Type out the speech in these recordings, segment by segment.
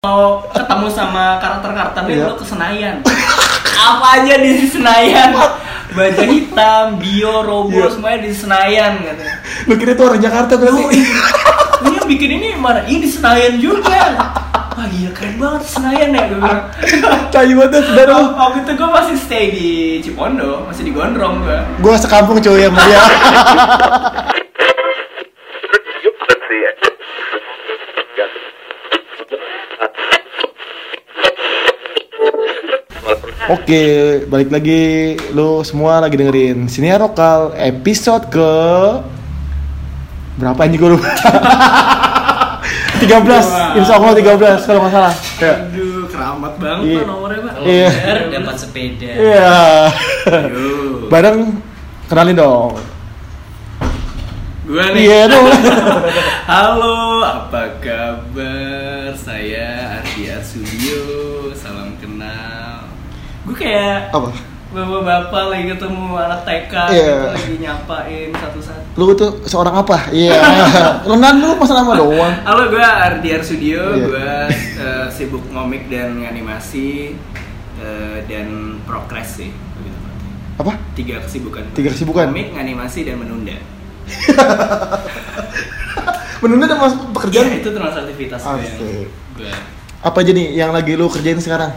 Kalau ketemu sama karakter-karakter ini lo ke Senayan. Apa aja di Senayan. Baja hitam, Bio, Robo, semuanya di Senayan katanya. Lu kira itu orang Jakarta berarti? Ini yang bikin ini mana? Ini di Senayan juga. Wah gila keren banget Senayan ya gue bilang. Cayu banget saudara. Waktu itu gue masih stay di Cipondo, masih di Gondrong gue. Gue sekampung cuy sama dia. Oke, balik lagi. Lu semua lagi dengerin Siniar Lokal episode ke berapa anjing gue lupa. 13, insya Allah 13 kalau nggak salah. Aduh, keramat banget nomornya Pak. Iya. Dapat sepeda. Iya. Bareng kenalin dong. Gua nih. Iya dong. Halo, apa kabar? Saya Ardi Arsudio. Salam kenal. Gue kayak Apa? bapak-bapak lagi ketemu anak TK gitu, lagi nyapain satu-satu. Lu tuh seorang apa? Iya. Renan lu masa nama doang. Halo, gue Ardi Arsudio. Gue sibuk ngomik dan animasi dan progres sih. Apa? 3 kesibukan. 3 kesibukan. Komik, animasi dan menunda. Menunda dan masuk pekerjaan. Ya, itu termasuk aktivitas gue. Apa aja nih yang lagi lu kerjain sekarang?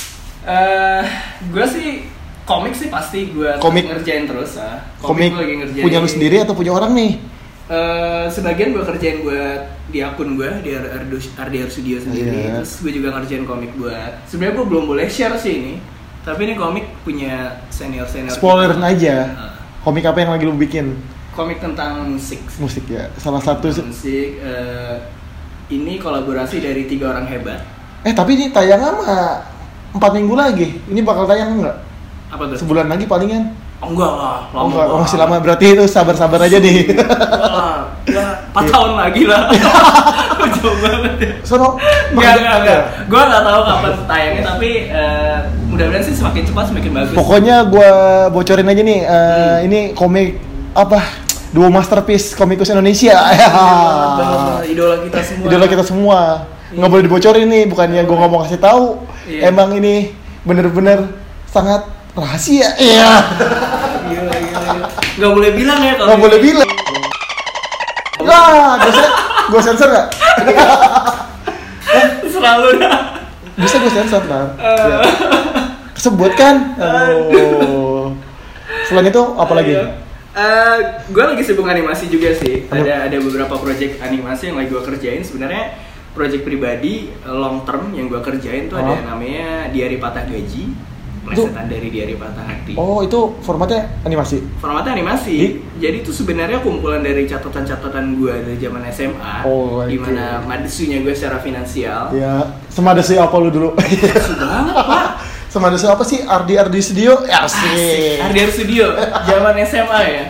Gue sih komik sih pasti gue ngerjain terus. Komik gue lagi ngerjain. Punya lu sendiri atau punya orang nih? Sebagian gue kerjain buat di akun gue di Ardi Arsudio sendiri. Terus gue juga ngerjain komik buat. Sebenarnya gue belum boleh share sih ini. Tapi ini komik punya senior. Spoilerin aja. Komik apa yang lagi lu bikin? Komik tentang musik. Musik ya. Salah satu musik. Ini kolaborasi dari 3 orang hebat. Tapi ini tayang sama 4 minggu lagi. Ini bakal tayang enggak? Apa tuh? Sebulan lagi palingan. Oh enggak lah, lama. Oh, masih lama, berarti itu sabar-sabar aja nih. Wah, 4 tahun lagi lah. Jauh banget ya. Sono, enggak. Gua enggak tahu kapan tayangnya, tapi mudah-mudahan sih semakin cepat semakin bagus. Pokoknya gua bocorin aja nih, ini komik apa? Duo masterpiece komikus Indonesia. Idola kita semua. Idola kita semua. Nggak boleh dibocorin nih, bukannya gue ngomong kasih tahu. Emang ini bener-bener sangat rahasia. Iya. Nggak boleh bilang ya kalau. Nggak boleh bilang. Lah, gue sensor nggak? Selalu dah. Bisa gue sensor lah. Kesebut kan? Aduh. Selain itu apa lagi? Gue lagi sibuk animasi juga sih. Ada beberapa project animasi yang lagi gue kerjain. Sebenarnya project pribadi long term yang gue kerjain tuh ada namanya Diari Patah Gaji, plesetan dari Diari Patah Hati. Oh, itu formatnya animasi? Formatnya animasi. Jadi itu sebenarnya kumpulan dari catatan-catatan gue dari zaman SMA. Dimana madesunya gue secara finansial. Ya, semadesu apa lu dulu? Banget Pak. Semadesu apa sih? Ardi Studio? Ya sih. Ardi Studio, zaman SMA ya.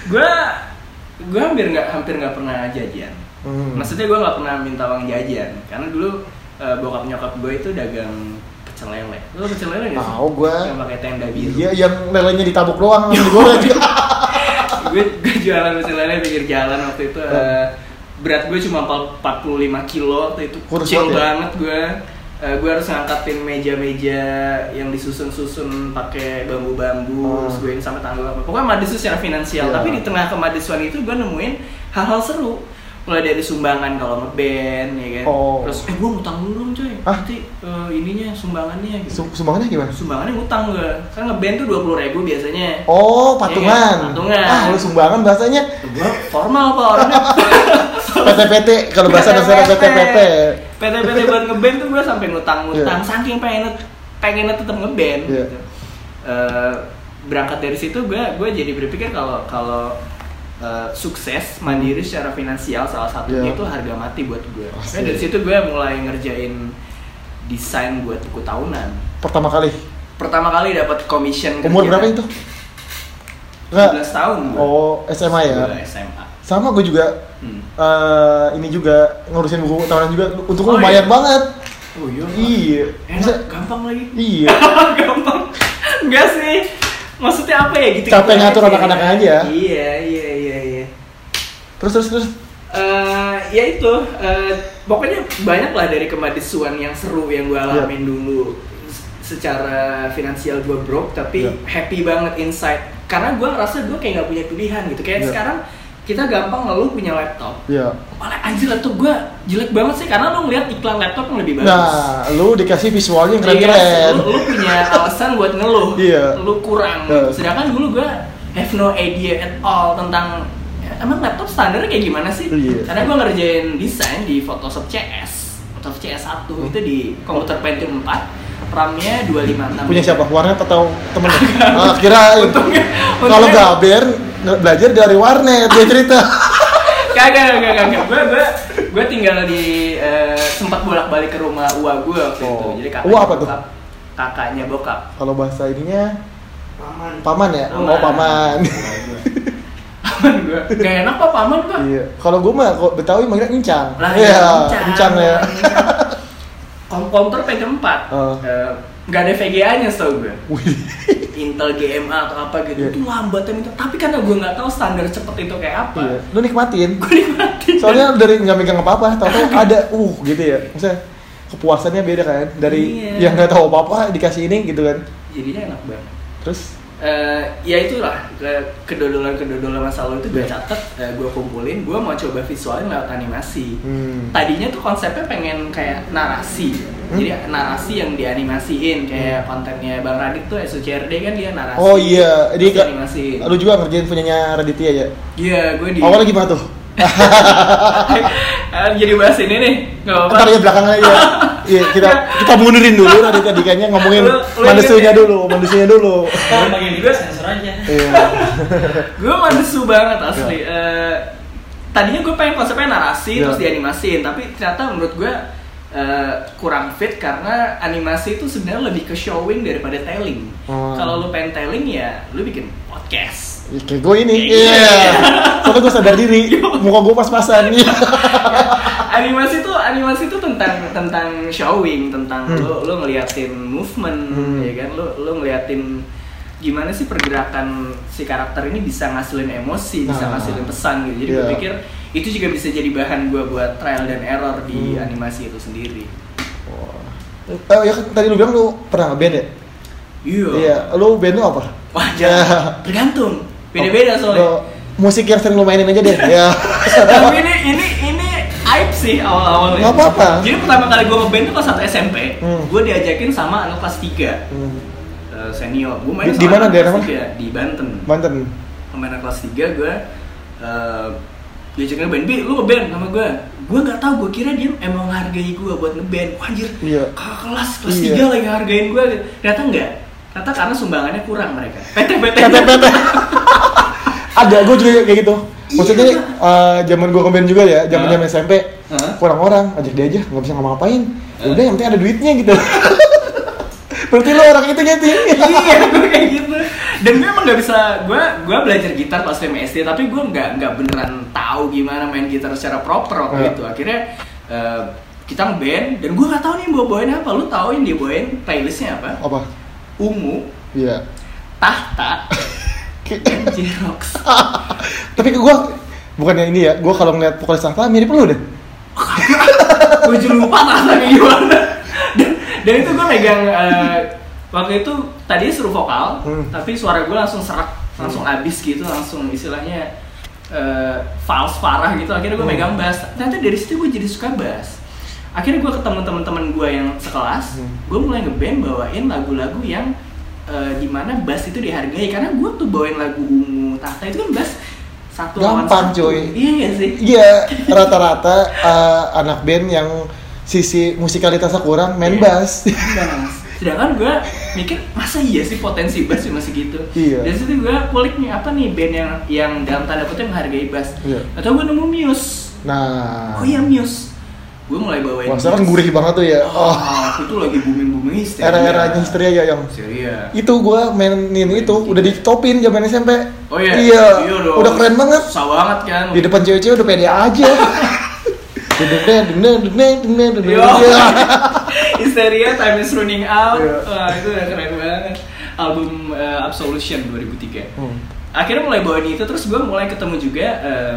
Gue hampir nggak pernah jajan. Maksudnya gue nggak pernah minta uang jajan karena dulu bokap nyokap gue itu dagang pecel lele. Lo pecel lele nggak sih? Tahu gue. Yang pakai tenda biru. Iya, yang lelenya ditabuk doang sama digoreng. Gue jualan pecel lele pinggir jalan waktu itu. Berat gue cuma 45 kilo waktu itu. Kecil banget gue. Gue harus ngangkatin meja-meja yang disusun-susun pakai bambu-bambu. Terus gue ini sampai tanggal apa. Pokoknya madesu secara finansial. Tapi di tengah kemadesuan itu gue nemuin hal-hal seru. Mulai dari sumbangan kalau ngeband ya kan. Terus gue ngutang dulu dong coy. Nanti ininya sumbangannya gitu. Sumbangannya gimana? Sumbangannya ngutang gue. Kan ngeband tuh 20.000 biasanya. Patungan. Ya, patungan. Lu sumbangan bahasanya? Gue formal Pak orangnya. PT kalau bahasa dasar PT. PT buat ngeband tuh gue sampai ngutang-ngutang saking pengennya tetap ngeband gitu. Berangkat dari situ gue jadi berpikir kalau sukses mandiri secara finansial salah satunya itu harga mati buat gue. Dari situ gue mulai ngerjain desain buat buku tahunan. Pertama kali dapat commission. Umur berapa itu? 11 tahun gue. SMA ya? SMA. Sama gue juga. Ini juga ngurusin buku tahunan juga. Untuk lumayan banget. Oh iya. Iya. Enak, gampang lagi. Iya. Gampang. Enggak sih. Maksudnya apa ya gitu? Capek ngatur anak-anak aja. Iya. Terus Ya itu, pokoknya banyak lah dari kemahasiswaan yang seru yang gue alamin dulu. Secara finansial gue broke, tapi happy banget inside. Karena gue ngerasa gue kayak gak punya pilihan gitu. Kayak sekarang kita gampang ngeluh punya laptop. Malah anjir laptop gue jelek banget sih, karena lu ngeliat iklan laptop yang lebih bagus. Nah, lu dikasih visualnya yang keren-keren. Lu punya alasan buat ngeluh. Lu kurang. Sedangkan dulu gue have no idea at all tentang emang laptop standarnya kayak gimana sih? Karena gue ngerjain desain di Photoshop CS 1 itu di komputer Pentium 4, RAM-nya 256. Punya siapa? Warnet atau temen? Kirain. Kalau Gaber belajar dari warnet, dia cerita. Kagak. Gue tinggal di sempat bolak-balik ke rumah Uwa gue waktu itu. Jadi Uwa apa tuh? Kakaknya bokap. Kalau bahasa ininya paman ya? Paman. Paman. Paman gue. Gak enak pak paman pak. Iya. Kalau gue mah Betawi manggilnya encang. Encang ya. Komputer Pentium 4. Gak ada VGA-nya setau gue. Intel GMA atau apa gitu. Itu lambatnya minta. Tapi karena gue nggak tahu standar cepet itu kayak apa. Lu nikmatin. Gue nikmatin. Soalnya dari nggak megang apa-apa, tahu-tahu ada gitu ya. Maksudnya kepuasannya beda kan. Dari yang nggak tahu apa-apa dikasih ini gitu kan. Jadinya enak banget. Terus? Ya itulah kedodolan masa lalu itu gue catet, gue kumpulin, gue mau coba visualin lewat animasi. Tadinya tuh konsepnya pengen kayak narasi, jadi narasi yang dianimasiin kayak kontennya Bang Radit tuh SUCRD kan dia narasi. Oh iya, dia animasi. Lu juga ngerjain punyanya Raditya ya? Iya, gue di. Awalnya gimana tuh? Jadi bahas ini nih, nggak apa-apa. Ntar ya belakang aja. Iya, kita mundurin dulu Raditya dikanya ngomongin manusianya dulu. Kalau bagian juga sensor aja. Iya. Gue manusia banget asli. Tadinya gue pengen konsepnya narasi terus dianimasiin, tapi ternyata menurut gue kurang fit karena animasi itu sebenarnya lebih ke showing daripada telling. Kalau lu pengen telling ya lu bikin podcast. Kayak gue ini, soalnya gue sadar diri, muka gue pas-pasan. Animasi itu tentang showing, tentang lu ngeliatin movement, ya kan, lu ngeliatin gimana sih pergerakan si karakter ini bisa ngasilin emosi, bisa ngasilin pesan gitu. Jadi gue pikir itu juga bisa jadi bahan gue buat trial dan error di animasi itu sendiri. Ya kan tadi lu bilang lu pernah nge-band ya? Iya. Lu band lu apa? Wah, tergantung. Beda-beda soalnya. Musik yang sering lu mainin aja deh. Ya. Tapi ini aib sih awal-awalnya. Nggak apa-apa. Jadi pertama kali gue nge-band tuh kelas 1 SMP, gue diajakin sama anak kelas 3 senior. Gue main di mana daerah mana? Di Banten. Sama anak kelas 3 gue diajakin nge-band, lu nge-band sama gue. Gue nggak tahu, gue kira dia emang ngehargai gue buat nge-band. Wah, anjir, kakak kelas 3 lagi ngehargain gue. Ternyata enggak. Ternyata karena sumbangannya kurang mereka. PT. Ada, gue juga kayak gitu. Maksudnya nih, zaman gue nge-band juga ya, zaman SMP, kurang orang, ajak dia aja, nggak bisa ngapa-ngapain. Udah, yang penting ada duitnya gitu. Berarti lo orang itu gitu. Iya, gue kayak gitu. Dan gue emang nggak bisa, gue belajar gitar pas SD, tapi gue nggak beneran tahu gimana main gitar secara proper waktu itu. Akhirnya kita nge-band, dan gue nggak tahu nih bawain apa. Lu tahu yang dia bawain playlistnya apa? Apa? Ungu. Iya. Tahta. J-Rocks. Tapi gue bukannya ini ya, gue kalau ngeliat vokalis Tahta mirip lu deh. Gue juga lupa rasanya gimana. Dan itu gue megang waktu itu tadinya suruh vokal, tapi suara gue langsung serak, langsung abis gitu, langsung istilahnya false parah gitu. Akhirnya gue megang bass. Ternyata dari situ gue jadi suka bass. Akhirnya gue ketemu teman-teman gue yang sekelas, gue mulai ngeband bawain lagu-lagu yang dimana bass itu dihargai. Karena gue tuh bawain lagu Ungu Tahta itu kan bass satu gampang cuy. Iya gak sih? Iya, rata-rata anak band yang sisi musikalitasnya kurang main bass. Sedangkan gue mikir masa iya sih potensi bass masih gitu. Iya. Dari situ gue kulik nih apa nih band yang dalam tanda kutip menghargai bass. Iya. Atau gue nemu Muse. Nah. Oh iya Muse. Gue mulai bawain. Wah, sekarang gurih banget tuh ya. Itu lagi booming histeria. Era-eranya histeria ya yang. Histeria. Itu gue mainin itu udah ditopin zaman SMP. Oh iya. Iya dong. Udah keren banget. Susah banget kan. Di depan cewek-cewek udah pede aja. Histeria, Time is Running Out. Wah, itu udah keren banget. Album Absolution 2003. Akhirnya mulai bawain itu, terus gue mulai ketemu juga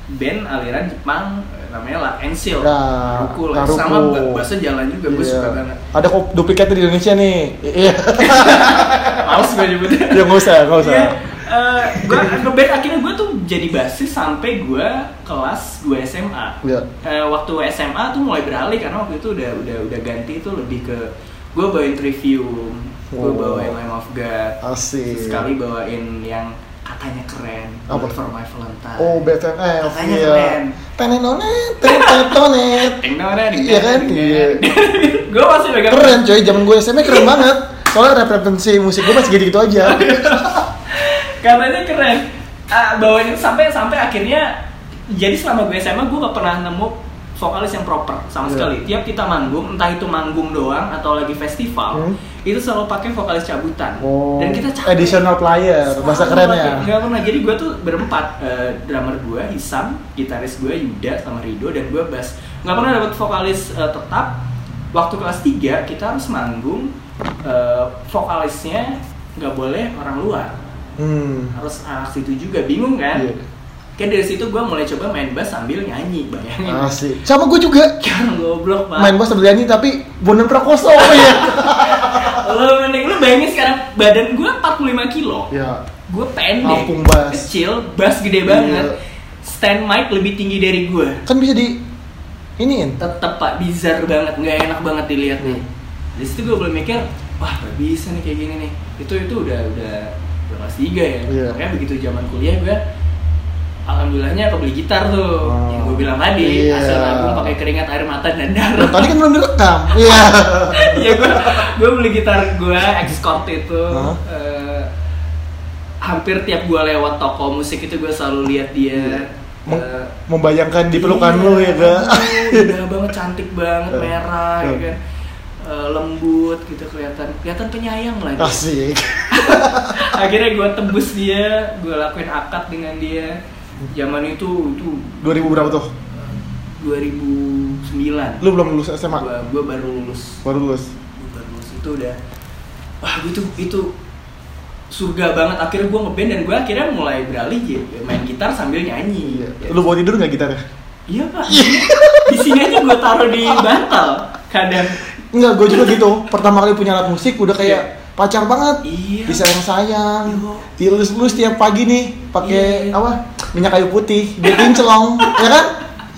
band aliran Jepang namanya La Ensil. Nah, Naruku lah. Sama bahasa jalan juga, gue suka banget. Ada kok duplikatnya di Indonesia nih. Iya. Males gue nyebutnya. Ya nggak usah. Iya. Gue ngeband akhirnya gue tuh jadi basis sampai gue kelas 2 SMA. Iya. Waktu SMA tuh mulai beralih karena waktu itu udah ganti itu lebih ke gue bawain Trivium, gue bawain Lamb of God, asik. sekali bawain yang katanya keren, apa? For My Valentine. Oh, BFF. Katanya keren. Tenenonet. Iya kan? Iya. Gue masih pegang. Keren coy, zaman gue SMA keren banget. Soalnya referensi musik gue masih gitu-gitu aja. Katanya keren. Bawain sampai akhirnya jadi selama gue SMA gue gak pernah nemu vokalis yang proper sama sekali. Tiap kita manggung, entah itu manggung doang atau lagi festival, itu selalu pakai vokalis cabutan. Dan kita capek. Additional player, bahasa kerennya. Enggak pernah. Jadi gue tuh berempat, drummer gue Hisam, gitaris gue Yuda sama Rido, dan gue bass. Nggak pernah dapet vokalis tetap. Waktu kelas 3 kita harus manggung, vokalisnya nggak boleh orang luar. Harus anak situ juga, bingung kan? Kan dari situ gue mulai coba main bass sambil nyanyi, bayangin. Asik. Sama gue juga. Kan goblok, Pak. Main bass sambil nyanyi tapi Bondan Prakoso ya. Lu bayangin sekarang badan gue 45 kilo. Iya. Gue pendek, Ampung bass. kecil, bass gede banget. Stand mic lebih tinggi dari gue. Kan bisa di iniin. Tetep Pak, bizar banget, nggak enak banget dilihat nih. Di situ gue mulai mikir, wah gak bisa nih kayak gini nih. Itu udah kelas 3 ya. Makanya begitu zaman kuliah gue alhamdulillahnya kebeli gitar tuh, yang gue bilang tadi, hasil album pakai keringat, air mata dan darah. Tadi kan belum direkam. Iya. Iya gue beli gitar gue X-Chord itu. Hampir tiap gue lewat toko musik itu gue selalu lihat dia. Membayangkan di pelukan lu ya ga? Indah banget, cantik banget, merah, ya kan. Lembut gitu, kelihatan penyayang lagi. Asik. Akhirnya gue tebus dia, gue lakuin akad dengan dia. Zaman itu 2000 berapa tuh? 2009. Lu belum lulus SMA? Gue baru lulus. Gue baru lulus itu udah, wah itu surga banget. Akhirnya gue ngeband dan gue akhirnya mulai beralih main gitar sambil nyanyi. Lu bawa tidur nggak gitarnya? Iya Pak. Di sini aja gue taruh di bantal kadang. Enggak, gue juga gitu. Pertama kali punya alat musik udah kayak pacar banget. Disayang-sayang. Dilus-lus tiap pagi nih pakai apa? Minyak kayu putih, biar kinclong, ya kan?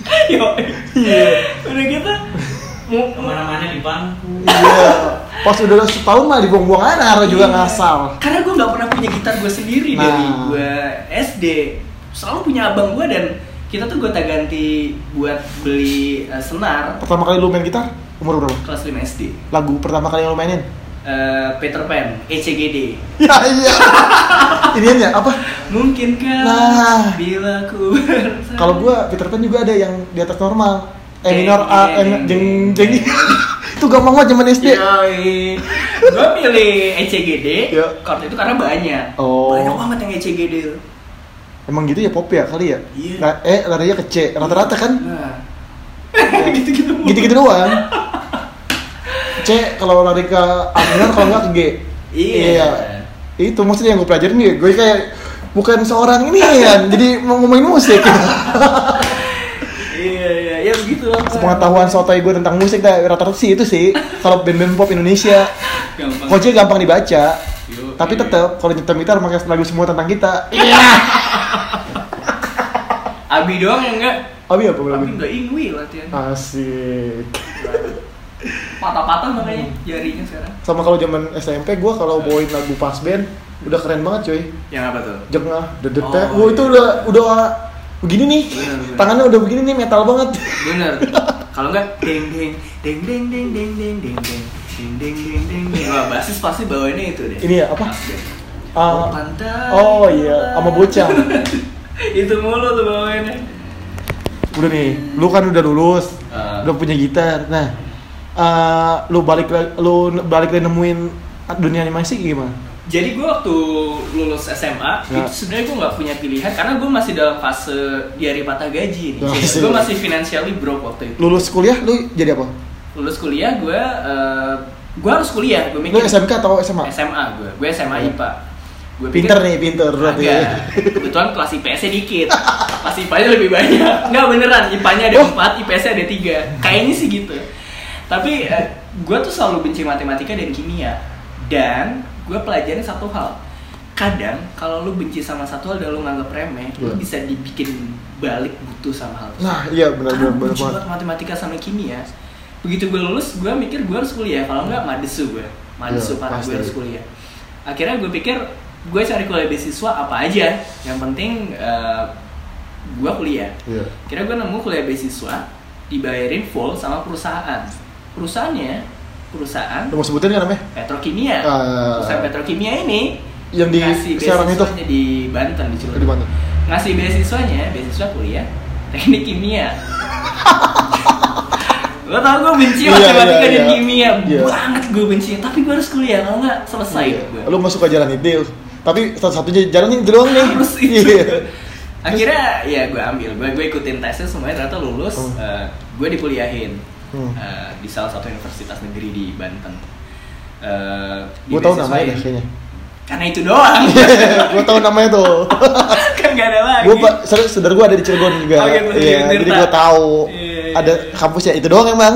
Udah gitu kemana-mana di bangku. Iya. Pas udah setahun mah dibuang-buang aja, juga ngasal. Karena gue nggak pernah punya gitar gue sendiri dari gue SD. Selalu punya abang gue dan kita tuh gonta-ganti buat beli senar. Pertama kali lu main gitar umur berapa? Kelas 5 SD. Lagu pertama kali yang lu mainin? Peter Pan, ECGD. Ya iya. Ininya apa? Mungkinkah bila ku bersama. Kalau gua Peter Pan juga ada yang di atas normal. Minor A, jeng. Itu gampang banget zaman SD. Gua pilih ECGD. Chord itu karena banyak. Banyak banget yang ECGD itu. Emang gitu ya pop ya kali ya? Iya. Larinya ke C, rata-rata kan? Gitu-gitu doang. C kalau lari ke A minor, kalau nggak ke G. Iya. Itu maksudnya yang gue pelajarin nih. Gue kayak bukan seorang ini ya, jadi mau ngomongin musik. Iya begitu. Pengetahuan sotoy gue tentang musik rata-rata sih itu sih. Kalau band-band pop Indonesia, kocnya gampang dibaca. Tapi tetap kalau nyetem gitar pakai lagu semua tentang kita. Iya. Abi doang yang enggak. Abi apa lagu? Abi enggak ingwi latihan. Asik. Patah-patah makanya jarinya sekarang. Sama kalau zaman SMP gue kalau bawain lagu pas band udah keren banget coy. Yang apa tuh? Jengah, dedete. Itu udah begini nih. Bener. Tangannya udah begini nih, metal banget. Bener. Kalau enggak deng deng deng deng deng deng deng deng deng deng deng deng deng deng. Wah, basis pasti bawainnya itu deh. Ini ya apa? Oh iya, sama bocah. Itu mulu tuh bawainnya. Udah nih, lu kan udah lulus, udah punya gitar. Nah, lu balik lagi nemuin dunia animasi gimana? Jadi gue waktu lulus SMA itu sebenarnya gue nggak punya pilihan karena gue masih dalam fase diari patah gaji nih. Gue masih financially broke waktu itu. Lulus kuliah lu jadi apa? Lulus kuliah gue harus kuliah. Gue mikir. Lu SMK atau SMA? SMA gue SMA IPA. Gue pinter berarti. Kebetulan kelas IPS-nya dikit. Kelas IPA-nya lebih banyak. Enggak beneran, IPA-nya ada 4, IPS-nya ada 3. Kayaknya sih gitu. Tapi gue tuh selalu benci matematika dan kimia. Dan gue pelajarin satu hal. Kadang kalau lu benci sama satu hal dan lu nganggap remeh, lu bisa dibikin balik butuh sama hal itu. Nah, iya benar. Benci banget matematika sama kimia. Begitu gue lulus, gue mikir gue harus kuliah. Kalau enggak, madesu parah, gue harus kuliah. Akhirnya gue pikir gue cari kuliah beasiswa apa aja, yang penting gue kuliah. Kira gue nemu kuliah beasiswa dibayarin full sama perusahaan. Perusahaan lu mau sebutin kan namanya? Petrokimia. Perusahaan Petrokimia ini yang di Serang itu di Banten, di Cilegon. Di Banten. Ngasih beasiswa kuliah teknik kimia. Lo tau gue benci matematika dan kimia banget, gue benci. Tapi gue harus kuliah, kalau nggak selesai gue. Lu masuk ke jalan itu. Tapi satu-satunya jalan ini doang nih. Harus itu. Akhirnya ya gue ambil, gue ikutin tesnya semuanya, ternyata lulus. Gue dikuliahin di salah satu universitas negeri di Banten. Gue tahu namanya kayaknya. Karena itu doang. Gue tahu namanya tuh. Kan gak ada lagi. Saudara gue ada di Cilegon juga. Oh, gitu, iya, jadi gue tahu. Ada kampusnya itu doang emang.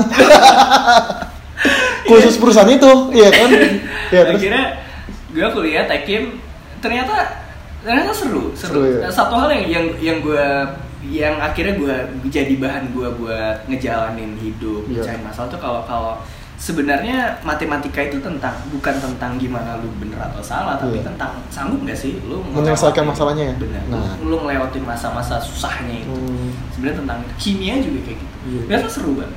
Khusus perusahaan itu, iya kan? Ya, akhirnya gue kuliah Tekim, ternyata seru. Ya? Satu hal yang akhirnya gue jadi bahan gue buat ngejalanin hidup, cari masalah tuh kalau sebenarnya matematika itu bukan tentang gimana lu bener atau salah, tapi tentang sanggup nggak sih lu menyelesaikan masalahnya. Benar. Lu ngelewatin masa-masa susahnya itu. Sebenarnya tentang kimia juga kayak gitu. Biasa seru banget.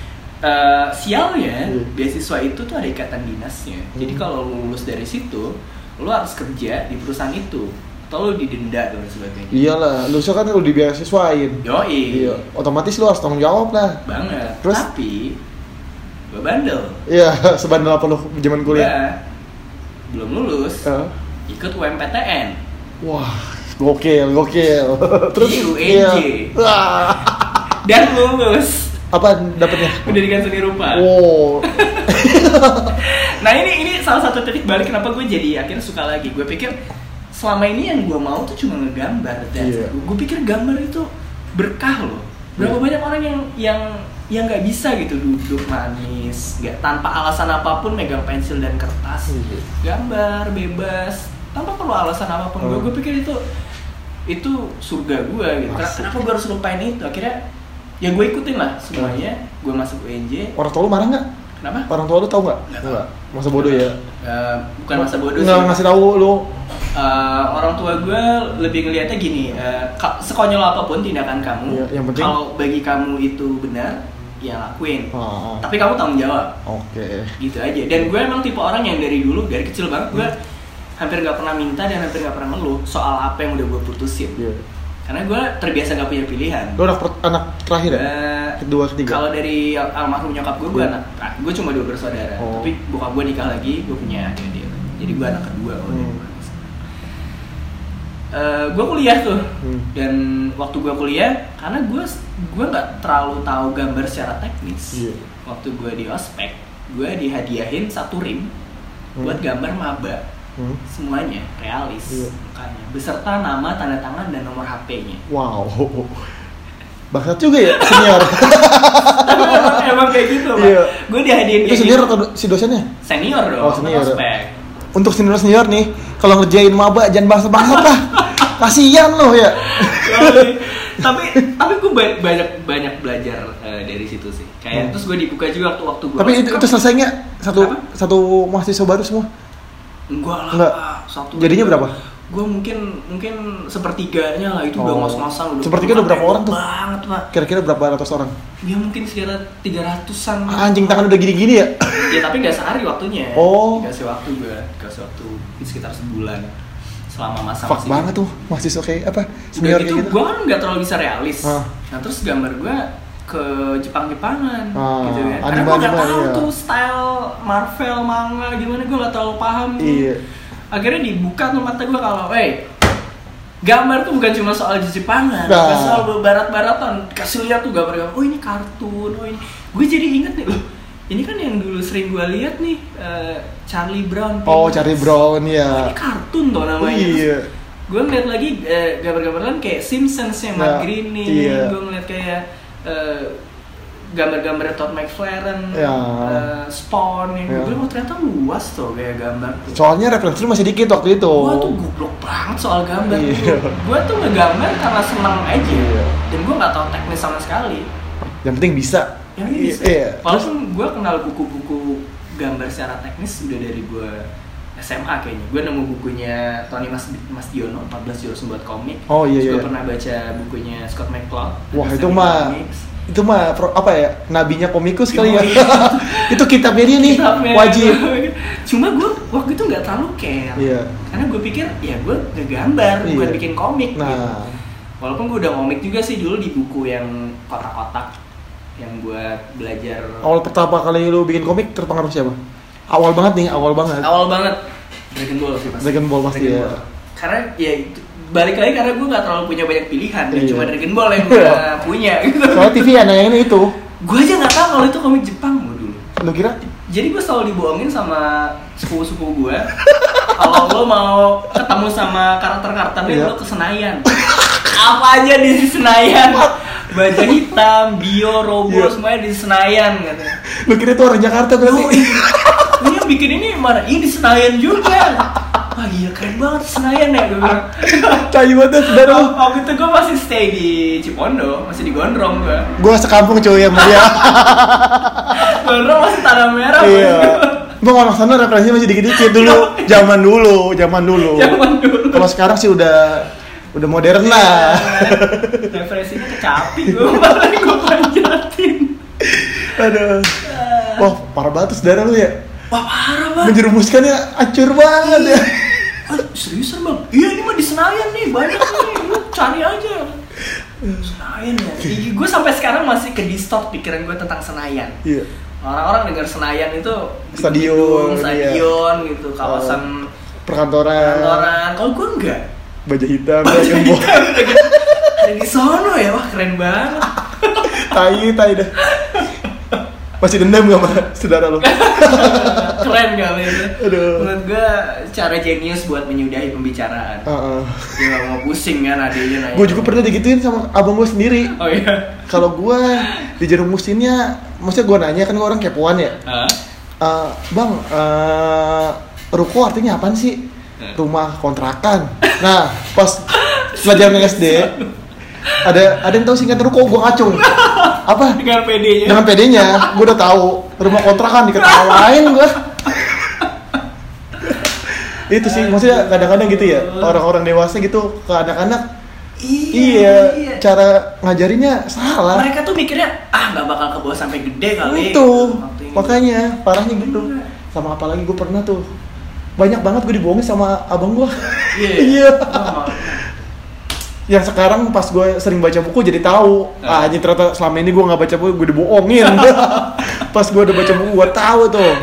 Sialnya beasiswa itu tuh ada ikatan dinasnya. Jadi kalau lu lulus dari situ, lu harus kerja di perusahaan itu. Atau lu didenda dan sebagainya. Iyalah, lu kan lu dibeasiswain. Yoi. Iya, otomatis lu harus tanggung jawab lah. Banget. Terus? Tapi gue bandel. Iya, sebandel apa lu zaman kuliah? Belum lulus. Ikut UMPTN. Wah, gokil. Terus di UNJ. Dan lulus. Apa dapetnya? Pendidikan seni rupa. Oh. Nah ini salah satu titik balik kenapa gue jadi akhirnya suka lagi. Gue pikir selama ini yang gue mau tuh cuma ngegambar. Gue pikir gambar itu berkah loh. Berapa banyak orang yang nggak bisa gitu duduk manis, nggak tanpa alasan apapun megang pensil dan kertas, gambar bebas tanpa perlu alasan apapun. Gue pikir itu surga gue gitu. Kenapa gue harus lupain itu? Akhirnya ya gue ikutin lah semuanya. Gue masuk UNJ. Orang tua lu marah nggak? Kenapa? Orang tua lu tahu nggak? Nggak. Masa bodoh ya? Bukan masa bodoh sih. Nggak ngasih tahu lu. Orang tua gue lebih ngelihatnya gini, sekonyol apapun tindakan kamu, kalau bagi kamu itu benar, ya lakuin. Tapi kamu tanggung jawab. Oke. Gitu aja. Dan gue emang tipe orang yang dari kecil banget gue hampir nggak pernah minta dan hampir nggak pernah ngeluh soal apa yang udah gue putusin. Karena gue terbiasa nggak punya pilihan. Lu anak terakhir ya? Kedua, ketiga? Kalau dari almarhum nyokap gue gue cuma 2 bersaudara. Tapi bokap gue nikah lagi, gue punya adik. Jadi gue anak kedua kalau dari gue. Gue kuliah tuh, dan waktu gue kuliah, karena gue nggak terlalu tahu gambar secara teknis. Waktu gue di ospek, gue dihadiahin 1 rim buat gambar maba. Semuanya realis mukanya, beserta nama, tanda tangan, dan nomor HP-nya. Wow, bakat juga ya senior. Tapi emang kayak gitu, Pak. Gue dihadiahin itu senior atau si dosennya? Senior dong, senior. Ospek. Untuk senior nih, kalau ngerjain maba jangan bangsa-bangsa lah. Kasihan loh ya. tapi gue banyak belajar dari situ sih. Kayak terus gue dibuka juga waktu gue. Tapi itu selesai nggak? Satu mahasiswa baru semua? Enggak lah. Jadinya berapa? Gue mungkin sepertiganya lah, itu udah ngos-ngosan. Sepertiga udah berapa orang tuh? Banget, Pak. Kira-kira berapa ratus orang? Ya mungkin sekitar 300-an. Anjing, tangan udah gini-gini ya? Ya tapi nggak sehari waktunya. Dikasih waktu sekitar sebulan selama masa fuck banget tuh mahasiswa kayak apa? Senior gitu. Gitu. Gue kan nggak terlalu bisa realis. Nah terus gambar gue ke Jepang-Jepangan gitu kan. Karena gue nggak tahu tuh style Marvel, manga gimana, gue nggak terlalu paham. Iya. Akhirnya dibuka tuh mata gue kalau, gambar tuh bukan cuma soal Jepangan, bukan soal barat-baratan. Kasih lihat tuh gambar, oh ini kartun, oh ini. Gue jadi inget nih, loh ini kan yang dulu sering gue lihat nih, Charlie Brown. Oh, Charlie Brown ya. Ini kartun tuh namanya. Iya. Gue ngeliat lagi gambar-gambaran kayak Simpsons yang Matt Groening. Iya. Gue ngeliat kayak gambar-gambarnya Todd McFarlane, Spawn yang gue bilang ternyata luas tuh kayak gambar. Soalnya referensi masih dikit waktu itu. Gue tuh goblok banget soal gambar. Gue tuh ngegambar karena seneng aja. Dan gue nggak tahu teknis sama sekali. Yang penting bisa. Walaupun gue kenal buku-buku gambar secara teknis udah dari gue SMA kayaknya. Gue nemu bukunya Tony Masdiono, 14 Jurus Membuat Komik. Oh iya. Gue pernah baca bukunya Scott McCloud. Wah itu mah apa ya, nabinya komikus kali ya. Itu kitabnya dia nih, wajib. Cuma gue waktu itu nggak terlalu care. Karena gue pikir ya gue ngegambar, bukan bikin komik. Gitu. Walaupun gue udah komik juga sih dulu di buku yang kotak-kotak yang buat belajar. Awal pertama kali lu bikin komik terpengaruh siapa? Awal banget. Dragon Ball sih pasti. Dragon Ball pasti ya. Karena ya itu balik lagi karena gue nggak terlalu punya banyak pilihan, cuma Dragon Ball yang gue punya gitu. Soalnya TV yang itu. Gue aja nggak tahu kalau itu komik Jepang gue dulu. Lu kira? Jadi gue selalu dibohongin sama sepupu-sepupu gue. Kalau lo mau ketemu sama karakter-karakternya lo ke Senayan. Apa aja di Senayan. Baja hitam, Bio, Robo, semuanya di Senayan katanya. Lu kira itu orang Jakarta berarti? Ini yang bikin ini mana? Ini di Senayan juga. Wah iya keren banget Senayan ya gue bilang. Cayu banget saudara. Waktu itu gue masih stay di Cipondo, masih di Gondrong gue. Gue sekampung cuy sama dia. Gondrong masih tanah merah. Iya. Bang orang sana referensinya masih dikit-dikit dulu. Zaman dulu. Kalau sekarang sih udah modern lah. Referensinya kecapi gue panjatin. Aduh. Wah parah banget saudara lu ya. Wah parah banget. Menjerumuskannya acur banget ya. Seriusan bang? Iya ini mah di Senayan nih, banyak nih, lu cari aja. Senayan ya? Gue sampai sekarang masih ke distort pikiran gue tentang Senayan. Iya. Orang-orang dengar Senayan itu stadion gitu, kawasan perkantoran. Kalau gue enggak. Baja hitam. Ada di sono ya, wah keren banget. Tai dah. Masih dendam gak sama saudara lo? Keren kali itu. Aduh. Menurut gue cara jenius buat menyudahi pembicaraan. Dia gak mau pusing kan adanya nanya. Gue juga pernah digituin sama abang gue sendiri. Oh iya? Kalau gue dijerumusinnya, maksudnya gue nanya kan gue orang kepoan ya. Bang, ruko artinya apaan sih? Rumah kontrakan. Nah, pas pelajaran SD ada yang tahu singkatan ruko, gue ngacung. Apa? Dengan PD-nya. Dengan PD-nya, gue udah tahu rumah kontrakan diketawain gue. Itu sih, maksudnya kadang-kadang gitu ya, orang-orang dewasa gitu ke anak-anak. Iya. Cara ngajarinnya salah. Mereka tuh mikirnya nggak bakal ke bawah sampai gede kali. Itu, makanya parahnya gitu. Sama apa lagi gue pernah tuh, banyak banget gue dibohongin sama abang gue. Iya. Yang sekarang pas gue sering baca buku jadi tahu, anjing ternyata selama ini gue nggak baca buku, gue dibohongin. Pas gue udah baca buku gue tahu tuh.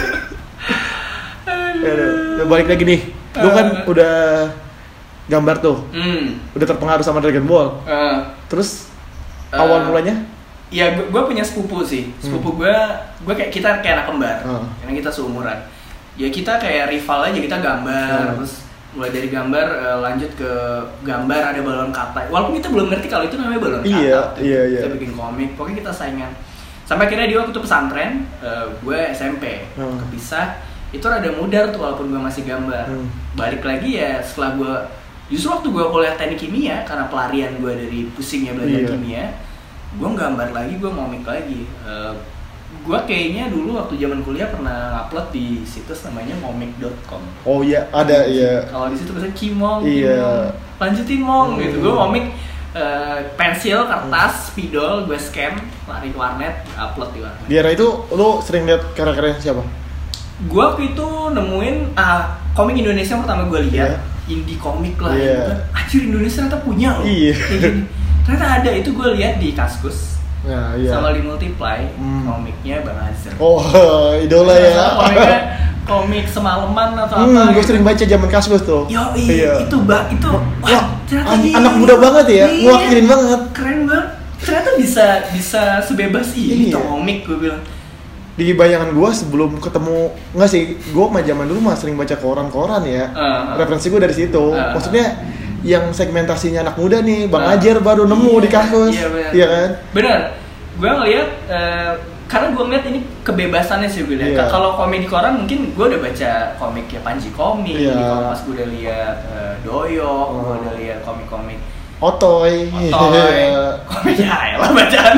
Ya, balik lagi nih, lu kan udah gambar tuh, udah terpengaruh sama Dragon Ball. Terus awal mulanya? Ya gue punya sepupu sih, sepupu gue kayak kita kayak anak kembar, karena kita seumuran. Ya kita kayak rival aja, kita gambar, terus mulai dari gambar lanjut ke gambar ada balon kata. Walaupun kita belum ngerti kalau itu namanya balon kata. Iya. Kita bikin komik, pokoknya kita saingan. Sampai akhirnya dia waktu itu pesantren, gue SMP, kepisah. Itu rada mudar tuh walaupun gue masih gambar. Balik lagi ya setelah gue, justru waktu gue kuliah teknik kimia, karena pelarian gue dari pusingnya belajar kimia, gue gambar lagi, gue ngomik lagi. Gue kayaknya dulu waktu zaman kuliah pernah ngupload di situs namanya momik.com. Oh iya, ada iya. Kalau di situ biasanya Kimong, lanjutin Mong gitu. Gue momik pensil, kertas, spidol, gue scan, lari ke warnet, upload di warnet. Di era itu lo sering lihat karya-karya siapa? Gue waktu itu nemuin komik Indonesia yang pertama gue lihat, indie komik lah. Anjir Indonesia ternyata punya loh. Ternyata ada, itu gue lihat di Kaskus. Sama di Multiply, komiknya Bang Azhar. Oh, idola ya. Komiknya komik semalaman atau apa? Gue sering baca zaman Kaskus tuh. Itu wah, ternyata anak muda banget ya, ngewakilin banget. Keren banget. Ternyata bisa sebebas ini komik, gue bilang. di bayangan gue sebelum ketemu, nggak sih, gue mah zaman dulu mah sering baca koran ya. Referensi gue dari situ. Maksudnya yang segmentasinya anak muda nih, Bang Ajar baru nemu di kampus. Iya kan? Bener. Gue ngeliat karena gue ngeliat ini kebebasannya sih gue lihat. Kalau komik di koran mungkin gue udah baca komik ya Panji Komik, di Kompas gue udah lihat Doyok, gue udah lihat komik-komik Otoy. Komik ya lah bacaan.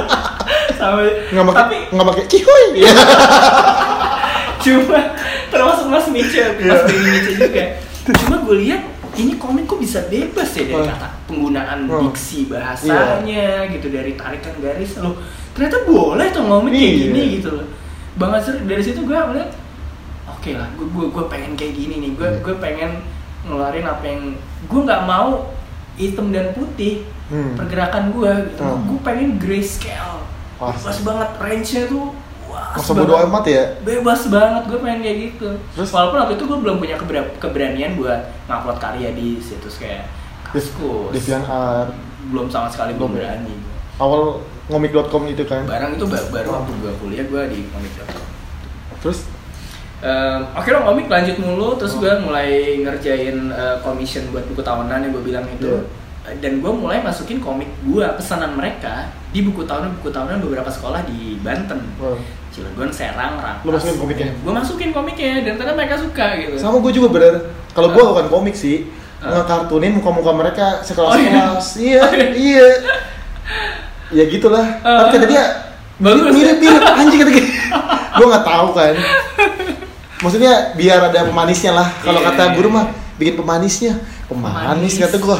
Nggak pakai cihoy. Cuma termasuk Mas Mice juga. Cuma gue lihat ini komik kok bisa bebas ya dari kata penggunaan diksi bahasanya gitu, dari tarikan garis loh. Ternyata boleh tuh ngomong kayak gini gitu loh. Bang Azhar dari situ gue ngeliat oke lah, gue pengen kayak gini nih. Gue pengen ngeluarin apa yang gue nggak mau hitam dan putih pergerakan gue gitu. Gue pengen grayscale. Bebas banget, range-nya tuh masa bodo amat ya? Bebas banget, gue pengen kayak gitu. Terus walaupun waktu itu gue belum punya keberanian buat ngupload karya di situs kayak Kaskus, DeviantArt, belum sama sekali belum berani. Awal ngomik.com itu kan? Barang itu baru waktu gue kuliah gue di ngomik.com. Terus? Akhirnya ngomik lanjut mulu, terus gue mulai ngerjain commission buat buku tahunan yang gue bilang itu. Dan gue mulai masukin komik gue, pesanan mereka di buku tahunan beberapa sekolah di Banten, Cilegon, Serang, Rangkas. Lu masukin komiknya? Gue masukin komiknya dan ternyata mereka suka gitu. Sama gue juga bener. Kalau gue bukan komik sih, ngekartunin muka-muka mereka sekelas-kelas. Iya. Ya gitulah. Tapi kata dia mirip anjing kata gitu. Gue nggak tahu kan. Maksudnya biar ada pemanisnya lah. Kalau kata guru mah bikin pemanisnya. Pemanis kata gue.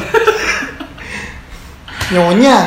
Nyonya.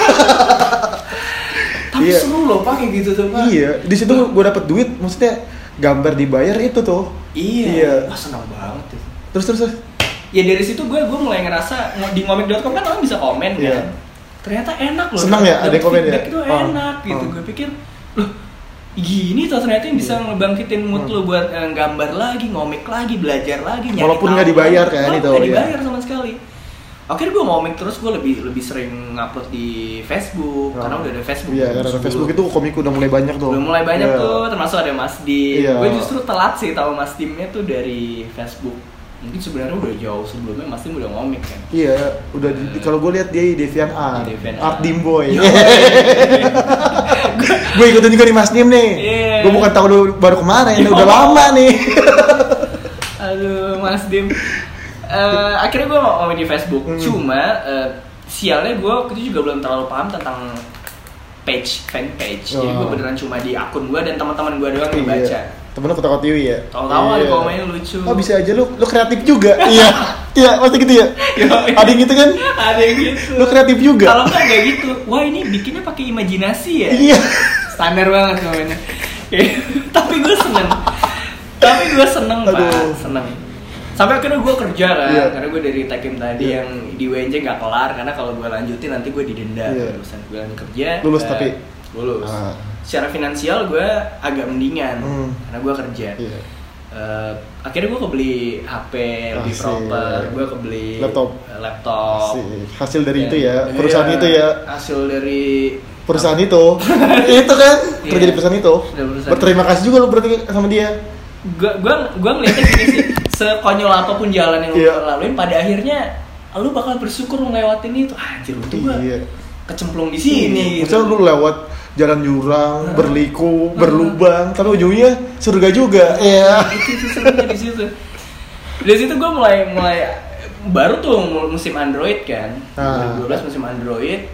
Tapi seru loh pakai gitu tuh Pak. Iya, di situ gue dapet duit, maksudnya gambar dibayar itu tuh. Iya. Wah senang banget itu. Terus. Ya dari situ gue mulai ngerasa di ngomik.com kan orang bisa komen kan. Ternyata enak loh. Senang ya ada komen ya. Itu enak gitu. Gue pikir loh gini tuh ternyata yang bisa ngebangkitin mood lo buat gambar lagi, ngomik lagi, belajar lagi, nyari walaupun nggak dibayar kan itu. Nggak dibayar sama sekali. Akhirnya gue ngomik terus, gue lebih sering ngupload di Facebook karena udah ada Facebook. Iya, karena ada Facebook itu komik udah mulai banyak tuh. Udah mulai banyak tuh, termasuk ada Mas Dim. Gue justru telat sih tahu Mas Dimnya tuh dari Facebook. Mungkin sebenarnya udah jauh sebelumnya Mas Dim udah ngomik kan. Iya, udah kalau gue lihat dia di DeviantArt, Art Dim Boy. Gue ikutin juga di Mas Dim nih. Gue bukan tahu baru kemarin, udah lama nih. Aduh, Mas Dim. Akhirnya gue ngomong di Facebook, cuma sialnya gue waktu itu juga belum terlalu paham tentang fanpage. Jadi gue beneran cuma di akun gue dan teman-teman gue doang yang baca. Temen lu ketawa TV ya? Tahu-tahu di komennya lucu. Oh bisa aja lu kreatif juga. Iya, pasti gitu ya. Ada yang gitu kan? Ada yang gitu. Lu kreatif juga. Kalau enggak gitu, wah ini bikinnya pakai imajinasi ya. Iya. Standar banget komennya. Tapi gue seneng. Pak, seneng. Sampai akhirnya gue kerja kan, karena gue dari Tekim tadi yang di WNJ nggak kelar, karena kalau gue lanjutin nanti gue didenda. Lulusan gue lanjut kerja. Lulus tapi? Lulus. Secara finansial gue agak mendingan, karena gue kerja. Akhirnya gue kebeli HP lebih proper, gue kebeli laptop. Hasil dari itu ya, perusahaan itu ya. Hasil dari perusahaan itu, itu kan kerja di perusahaan itu. Berterima kasih juga lo berarti sama dia. Gue ngeliatnya gini sih, sekonyol apapun jalan yang lu laluin, pada akhirnya lu bakal bersyukur ngelewatin itu. Anjir lu tuh kecemplung di sini. Misalnya lu lewat jalan jurang, berliku, berlubang, tapi ujungnya surga juga. Iya. Itu serunya di situ. Dari situ gue mulai baru tuh musim Android kan. 2012 musim Android.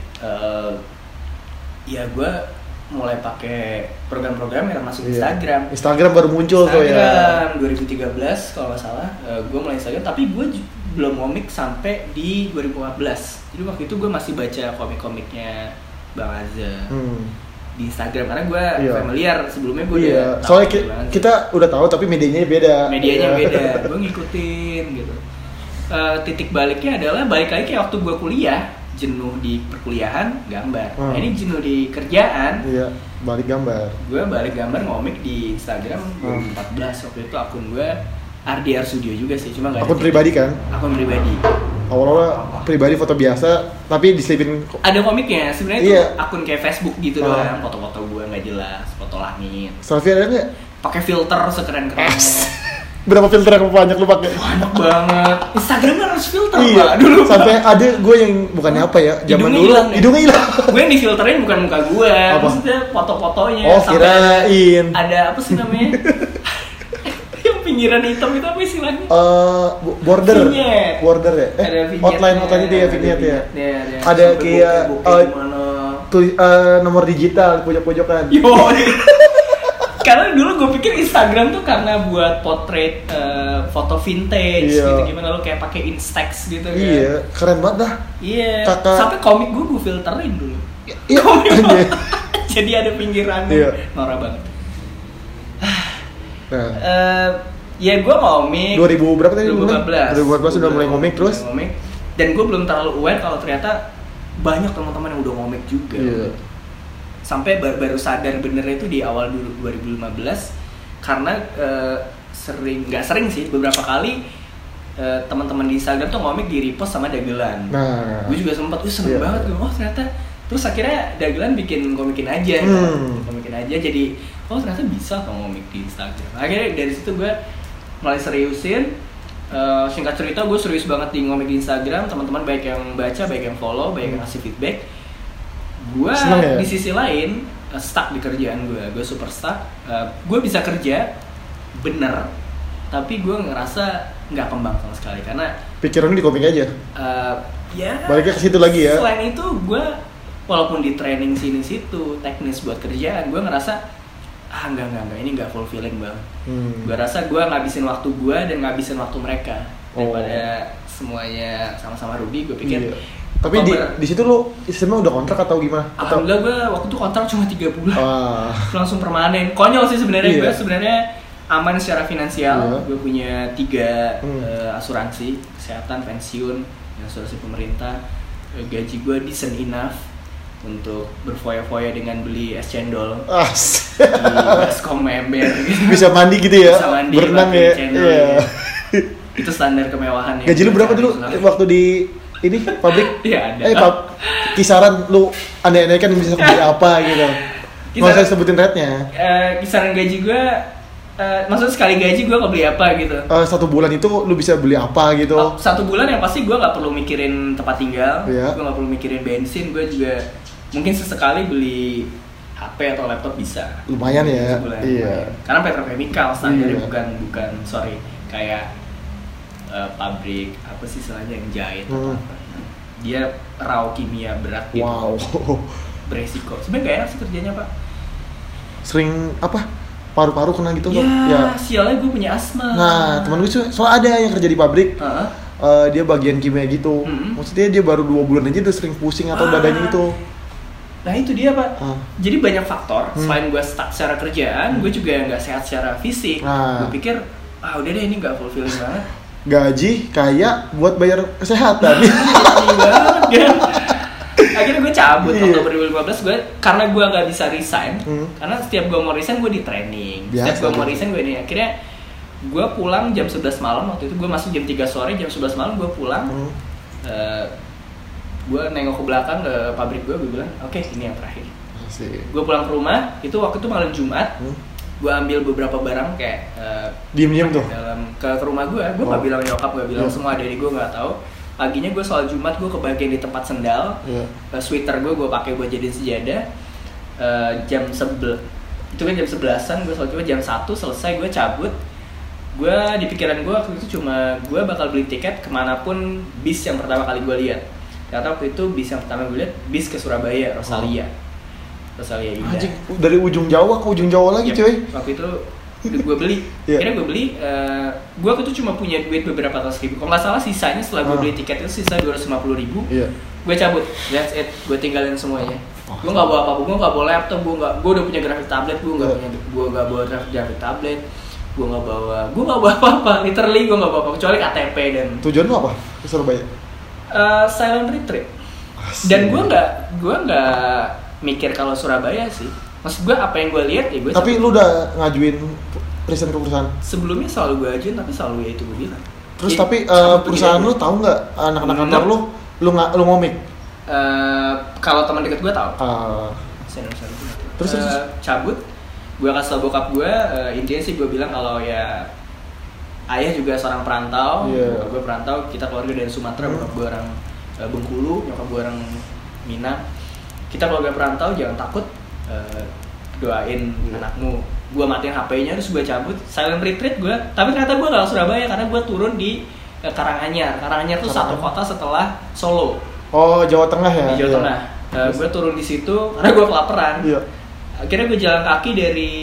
Ya gue mulai pakai program-program yang masuk Instagram. Instagram baru muncul tuh ya. Instagram 2013 kalau nggak salah. Gue mulai Instagram, tapi gue belum komik sampai di 2014. Jadi waktu itu gue masih baca komik-komiknya Bang Azhar di Instagram karena gue familiar sebelumnya gue udah tahu. Soalnya kita udah tahu tapi medianya beda. Gue ngikutin gitu. Titik baliknya adalah balik lagi kayak waktu gue kuliah. Jenuh di perkuliahan, gambar. Nah, ini jenuh di kerjaan. Iya, balik gambar. Gue balik gambar ngomik di Instagram 2014. Waktu itu akun gue RDR Studio juga sih, cuma nggak. Akun pribadi kan? Akun pribadi. Awal-awal pribadi foto biasa, tapi diselipin. Ada komiknya, sebenarnya itu akun kayak Facebook gitu doang, foto-foto gue nggak jelas, foto langit. Selfie ada nggak? Pakai filter sekeren-kerennya. Berapa filter yang banyak lu pakai? Banyak banget. Instagram kan harus filter, iya. Pak. Dulu sampai ada gue yang bukannya apa ya, zaman dulu hidungnya hilang. Gue yang difilterin bukan muka gue, maksudnya foto-fotonya. Oh, kirain. Ada apa sih namanya? Pinggiran hitam itu apa istilahnya? Border. Vignette. Border ya? Ada outline dia vignette ya. Ada sampai kayak tulis nomor digital pojok-pojokan. Yo. Karena dulu gue pikir Instagram tuh karena buat potret foto vintage gitu, gimana lo kayak pakai Instax gitu kan. Iya, keren banget dah. Iya. Kakak... Sampai komik gue filterin dulu. Iya. Jadi ada pinggirannya. Iya. Norak banget. Nah. Ya gue ngomik 2000 berapa tadi? 2014 sudah mulai ngomik terus. Dan gue belum terlalu aware kalau ternyata banyak teman-teman yang udah ngomik juga. Sampai baru sadar benernya itu di awal 2015 karena nggak sering sih, beberapa kali teman-teman di Instagram tuh ngomik di repost sama dagelan. Nah, gue juga sempat seneng banget gue, ternyata. Terus akhirnya dagelan komikin aja komikin aja, jadi ternyata bisa kalau ngomik di Instagram. Akhirnya dari situ gue mulai seriusin. Singkat cerita gue serius banget di ngomik di Instagram. Teman-teman baik yang baca, baik yang follow, baik yang ngasih feedback. Gue di sisi lain stuck di kerjaan gue super stuck. Gue bisa kerja bener, tapi gue ngerasa nggak kembang sama sekali karena pikiran di komik aja. Ya. Baliknya ke situ lagi ya. Selain itu gue walaupun di training sini situ teknis buat kerjaan, gue ngerasa enggak ini nggak fulfilling banget. Gue rasa gue ngabisin waktu gue dan ngabisin waktu mereka daripada semuanya sama-sama rugi. Gue pikir. Tapi di situ lo istilahnya udah kontrak atau gimana? Alhamdulillah gue waktu itu kontrak cuma 3 bulan. Langsung permanen. Konyol sih sebenarnya. Gue sebenarnya aman secara finansial. Gue punya 3 asuransi kesehatan, pensiun, asuransi pemerintah. Gaji gue decent enough untuk berfoya-foya dengan beli es cendol di baskom ember gitu. Bisa mandi gitu ya? Bisa mandi, berenang ya? Itu standar kemewahan ya. Gaji lu berapa dulu waktu di ini pabrik? Iya ada. Kisaran lu aneh-aneh kan bisa beli apa gitu? Nggak usah sebutin rate-nya. Kisaran gaji gue, maksudnya sekali gaji gue beli apa gitu? 1 bulan itu lu bisa beli apa gitu? 1 bulan yang pasti gue nggak perlu mikirin tempat tinggal, gue nggak perlu mikirin bensin, gue juga mungkin sesekali beli HP atau laptop bisa. Lumayan ya. Iya. Karena petrochemical standarnya bukan kayak pabrik apa sih istilahnya yang jahit atau apa. Dia raw kimia berat gitu. Wow. Beresiko. Sebenarnya gak enak sih kerjanya, Pak. Sering apa? Paru-paru kena gitu ya, sialnya gue punya asma. Nah, teman gue soal ada yang kerja di pabrik. Dia bagian kimia gitu. Maksudnya dia baru 2 bulan aja udah sering pusing atau dadanya gitu. Nah itu dia, Pak. Jadi banyak faktor. Selain gue stuck secara kerjaan, gue juga nggak sehat secara fisik. Gue pikir, udah deh ini nggak fulfilling banget. Gaji kayak buat bayar kesehatan. Banget kan. Akhirnya gue cabut Oktober 2015 gue karena gue nggak bisa resign. Karena setiap gue mau resign gue di training. Setiap gue mau resign gue ini. Akhirnya gue pulang jam 11 malam. Waktu itu gue masuk jam 3 sore, jam 11 malam gue pulang. Gue nengok ke belakang ke pabrik gue bilang, oke, ini yang terakhir. Gue pulang ke rumah, itu waktu itu malam Jumat. Gue ambil beberapa barang kayak diem-diem tuh ke rumah gue nggak bilang nyokap, nggak bilang semua adik gue nggak tahu. Paginya gue soal Jumat gue kebagian di tempat sendal, sweater gue pakai buat jadiin sejadah. Jam 11 itu kan jam 11an gue soal Jumat, jam 1 selesai gue cabut. Gue di pikiran gue waktu itu cuma gue bakal beli tiket kemanapun bis yang pertama kali gue lihat. Ternyata waktu itu bis yang pertama gue lihat bis ke Surabaya, Rosalia Indah. Anjing, dari ujung Jawa ke ujung Jawa lagi, coy. Waktu itu gue beli, akhirnya gue beli. Gue waktu itu cuma punya duit beberapa ratus ribu. Kalau nggak salah sisanya setelah gue beli tiket itu sisa 250 ribu. Gue cabut, that's it. Gue tinggalin semuanya. Gue nggak bawa apa-apa, gue nggak bawa laptop, gue udah punya grafik tablet, gue nggak bawa grafik tablet. Gue nggak bawa apa-apa. Literally gue nggak bawa apa kecuali KTP dan. Tujuan lu apa ke Surabaya? Silent retreat. Dan gue nggak mikir kalau Surabaya sih. Maksud gue apa yang gue lihat ya gue. Tapi lu udah ngajuin resign ke perusahaan? Sebelumnya selalu gue ajuin tapi selalu ya itu gue bilang. Terus tapi perusahaan lu tahu nggak anak-anak kantor lu ngomik? Kalau teman dekat gue tahu. Terus cabut, gue kasih tau bokap gue. Intinya sih gue bilang kalau ya ayah juga seorang perantau, bokap gue perantau, kita keluarga dari Sumatera, bokap gue orang Bengkulu, nyokap gue orang Minang. Kita keluarga perantau, jangan takut, doain anakmu. Gue matiin HP-nya, terus gue cabut, silent retreat gue. Tapi ternyata gue gak ke Surabaya, karena gue turun di Karanganyar. Karanganyar tuh satu kota setelah Solo. Oh, Jawa Tengah ya? Di Jawa Tengah. Gue turun di situ karena gue kelaparan. Akhirnya gue jalan kaki dari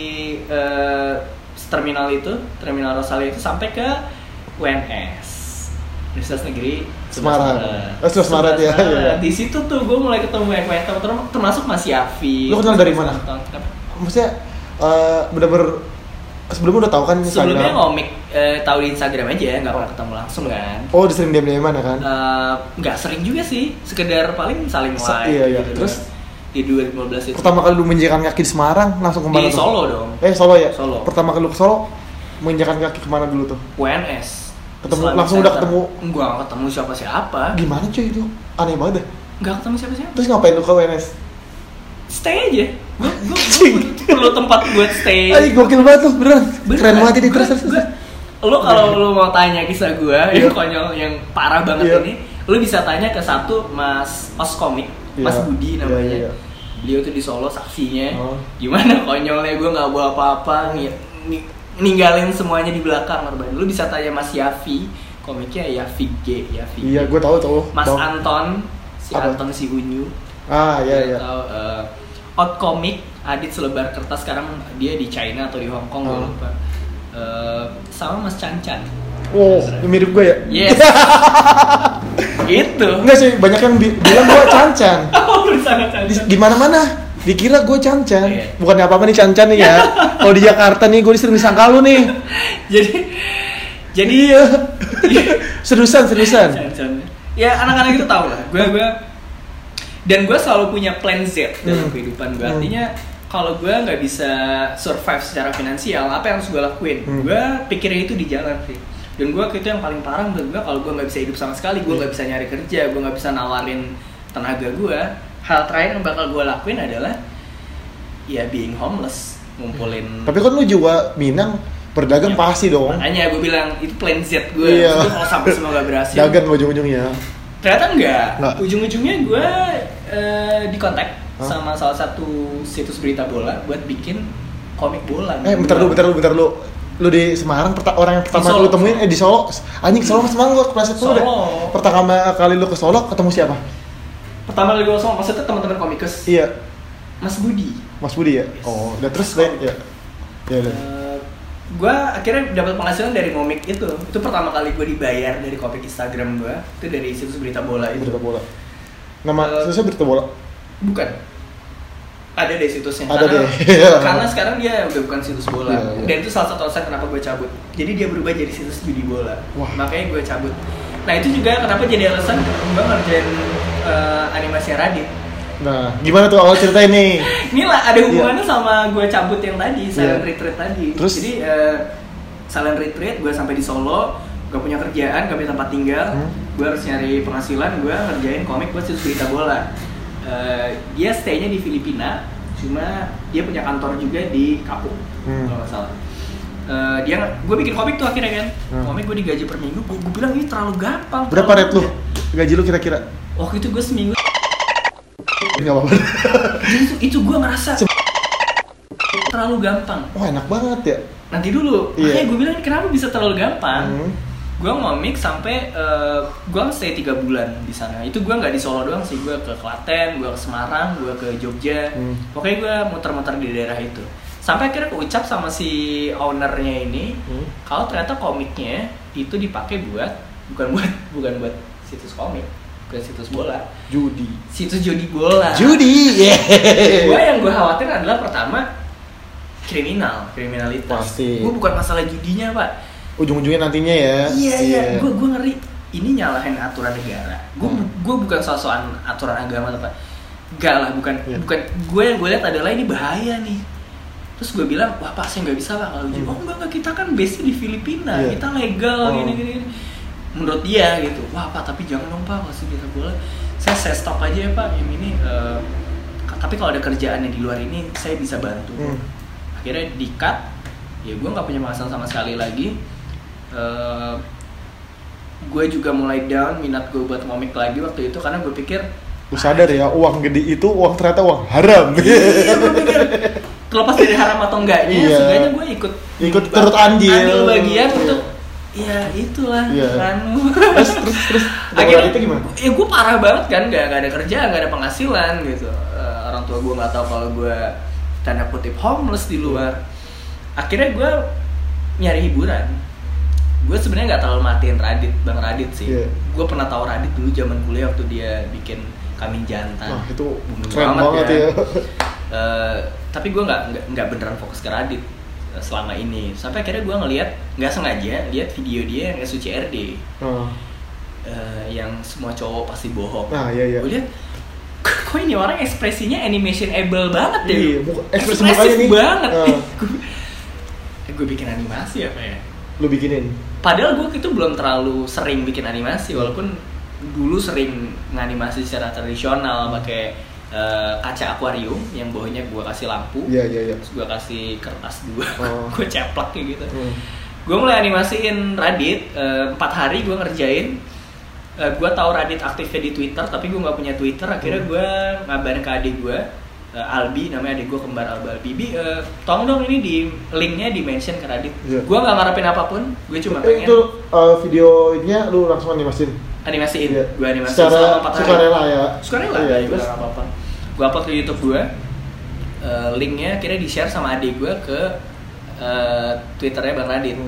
terminal Rosalia itu sampai ke UNS, Universitas Negeri Semarang. Semarang ya. Di situ tuh gue mulai ketemu banyak teman, termasuk Mas Yafi. Lu kenal dari mana? Maksudnya bener-bener sebelumnya udah tahu kan Instagram? Sebelumnya ngomik tahu di Instagram aja, nggak pernah ketemu langsung kan. Oh, sering DM-an ya kan? Nggak sering juga sih, sekedar paling saling like. Iya. Gitu. Terus di 2015 itu pertama kali lu menginjakan kaki di Semarang langsung kemana? Di Solo dong. Solo ya? Solo. Pertama kali lu ke Solo menginjakan kaki kemana dulu tuh? UNS. Ketemu langsung udah ketemu? Enggak, nggak ketemu siapa-siapa. Gimana cuy itu? Aneh banget deh. Nggak ketemu siapa-siapa. Terus ngapain lu ke UNS? Stay aja. Gue perlu tempat buat stay. Ay, gokil banget tuh, beneran. Keren banget ini. Terus. Lo kalau lo mau tanya kisah gue yang konyol, yang parah banget ini, lo bisa tanya ke satu Mas Komik, Mas Budi namanya. Beliau tuh di Solo saksinya. Gimana konyolnya gue nggak bawa apa-apa, ninggalin semuanya di belakang. Lo bisa tanya Mas Yafi, komiknya Yafi G. Iya, gue tahu. Mas Anton, Anton si Unyu. Iya. Tahu Out Comic, Adit selebar kertas, sekarang dia di China atau di Hong Kong, gue lupa. Sama Mas Cancan. Oh, mirip gue ya? Yes. Gitu. Enggak sih, banyak yang bilang gue Cancan. Cancan. Di mana-mana dikira gue Cancan. Bukannya apa-apa nih Cancan nih ya. Kalau di Jakarta nih gue sering disangka lu nih. Jadi iya. Seriusan. Cancan. Ya anak-anak itu tahu lah. Dan gue selalu punya plan Z dalam kehidupan gue. Artinya kalau gue nggak bisa survive secara finansial, apa yang harus gue lakuin? Gue pikirnya itu di jalan sih. Dan gue itu yang paling parah menurut gue, kalau gue nggak bisa hidup sama sekali, gue nggak bisa nyari kerja, gue nggak bisa nawarin tenaga gue. Hal terakhir yang bakal gue lakuin adalah ya being homeless, ngumpulin. Tapi kan lu juga Minang berdagang pasti dong. Makanya gue bilang itu plan Z gue. Itu kalau sampai semua nggak berhasil. Dagang ujung-ujungnya. Ternyata enggak. Ujung-ujungnya gue dikontak sama salah satu situs berita bola buat bikin komik bola. Bentar lu. Lu di Semarang orang yang pertama lu temuin di Solo. Anjing, Solo ke Semarang gua kepleset dulu deh. Pertama kali lu ke Solo ketemu siapa? Pertama kali gua ke Solo maksudnya teman-teman komikers. Iya. Mas Budi ya? Yes. Oh, udah terus deh ya. Gua akhirnya dapat penghasilan dari komik itu. Itu pertama kali gua dibayar dari komik Instagram gua. Itu dari situs berita bola itu. Berita bola. Nama situsnya berita bola? Bukan. Ada deh situsnya. Karena sekarang dia udah bukan situs bola. Dan itu salah satu alasan kenapa gue cabut. Jadi dia berubah jadi situs judi bola. Makanya gue cabut. Nah itu juga kenapa jadi alasan gue ngerjain animasi Radit. Nah, gimana tuh awal cerita ini? Ini lah ada hubungannya sama gue cabut yang tadi, silent retreat tadi. Terus? Jadi silent retreat, gue sampai di Solo, gak punya kerjaan, gak punya tempat tinggal. Gue harus nyari penghasilan, gue ngerjain komik buat situs berita bola. Dia stay-nya di Filipina, cuma dia punya kantor juga di Kapuk, kalau nggak salah. Gue bikin komik tuh akhirnya kan, komik gue digaji per minggu. Gue bilang ini terlalu gampang. Berapa rate lu? Gaji lu kira-kira? Waktu itu gue seminggu. Nggak apa-apa. itu gue ngerasa terlalu gampang. Enak banget ya. Nanti dulu, makanya gue bilang kenapa bisa terlalu gampang. Gue ngomik sampai gue stay 3 bulan di sana. Itu gue nggak di Solo doang sih, gue ke Klaten, gue ke Semarang, gue ke Jogja. Pokoknya gue muter-muter di daerah itu. Sampai akhirnya keucap sama si ownernya ini, kalau ternyata komiknya itu dipakai bukan buat situs komik, bukan situs bola. Situs judi bola. Yang gue khawatir adalah pertama kriminalitas. Pasti. Gue bukan masalah judinya pak. Ujung-ujungnya nantinya ya. Iya. Gue ngeri. Ini nyalahin aturan negara. Gue bukan soal aturan agama apa. Enggak lah, bukan. Gue yang gue lihat adalah ini bahaya nih. Terus gue bilang, wah pak saya nggak bisa pak kalau judi. Oh enggak, kita kan base di Filipina. Kita legal gini. menurut dia gitu, wah Pak tapi jangan dong Pak kasih kita bola, saya stop aja ya Pak yang ini, tapi kalau ada kerjaan yang di luar ini saya bisa bantu. Akhirnya di cut, ya gue nggak punya penghasilan sama sekali lagi. Gue juga mulai down minat gue buat komik lagi waktu itu karena gue pikir lu sadar ya uang gede itu uang ternyata uang haram. Iya, gue pikir terlepas dari haram atau enggaknya, seenggaknya gue ikut turut andil bagian untuk ya itulah kan. Terus akhirnya itu gimana? Ya gue parah banget kan, nggak ada kerja, nggak ada penghasilan gitu. Orang tua gue nggak tahu kalau gue tanda kutip homeless di luar. Akhirnya gue nyari hiburan. Gue sebenarnya nggak terlalu matiin Bang Radit sih. Gue pernah tahu Radit dulu zaman kuliah waktu dia bikin Kambing Jantan. Wah itu keren banget ya. Tapi gue nggak beneran fokus ke Radit selama ini. Sampai akhirnya gue ngelihat nggak sengaja lihat video dia yang Suci RD. Yang semua cowok pasti bohong. Iya. Gue lihat kok ini orang ekspresinya animation-able banget ya. Iya, ekspresif banget. Gue bikin animasi apa ya? Lu bikinin? Padahal gue itu belum terlalu sering bikin animasi, walaupun dulu sering nganimasi secara tradisional pakai kaca akuarium yang bawahnya gue kasih lampu, terus gue kasih kertas 2, gue ceplak kayak gitu. Gue mulai animasiin Radit, 4 hari gue ngerjain. Gue tahu Radit aktifnya di Twitter, tapi gue nggak punya Twitter. Akhirnya gue ngabarin ke adik gue, Albi, namanya adik gue kembar Albi. Tolong dong ini di linknya di mention ke Radit. Gue nggak ngarepin apapun, gue cuma pengen. Itu videonya lu langsung animasiin? Animasiin, gue animasiin selama 4 hari. Sukarela ya? Sukarela, gue nggak apa-apa. Gue upload ke YouTube gue, linknya akhirnya di-share sama adik gue ke Twitternya Bang Radit.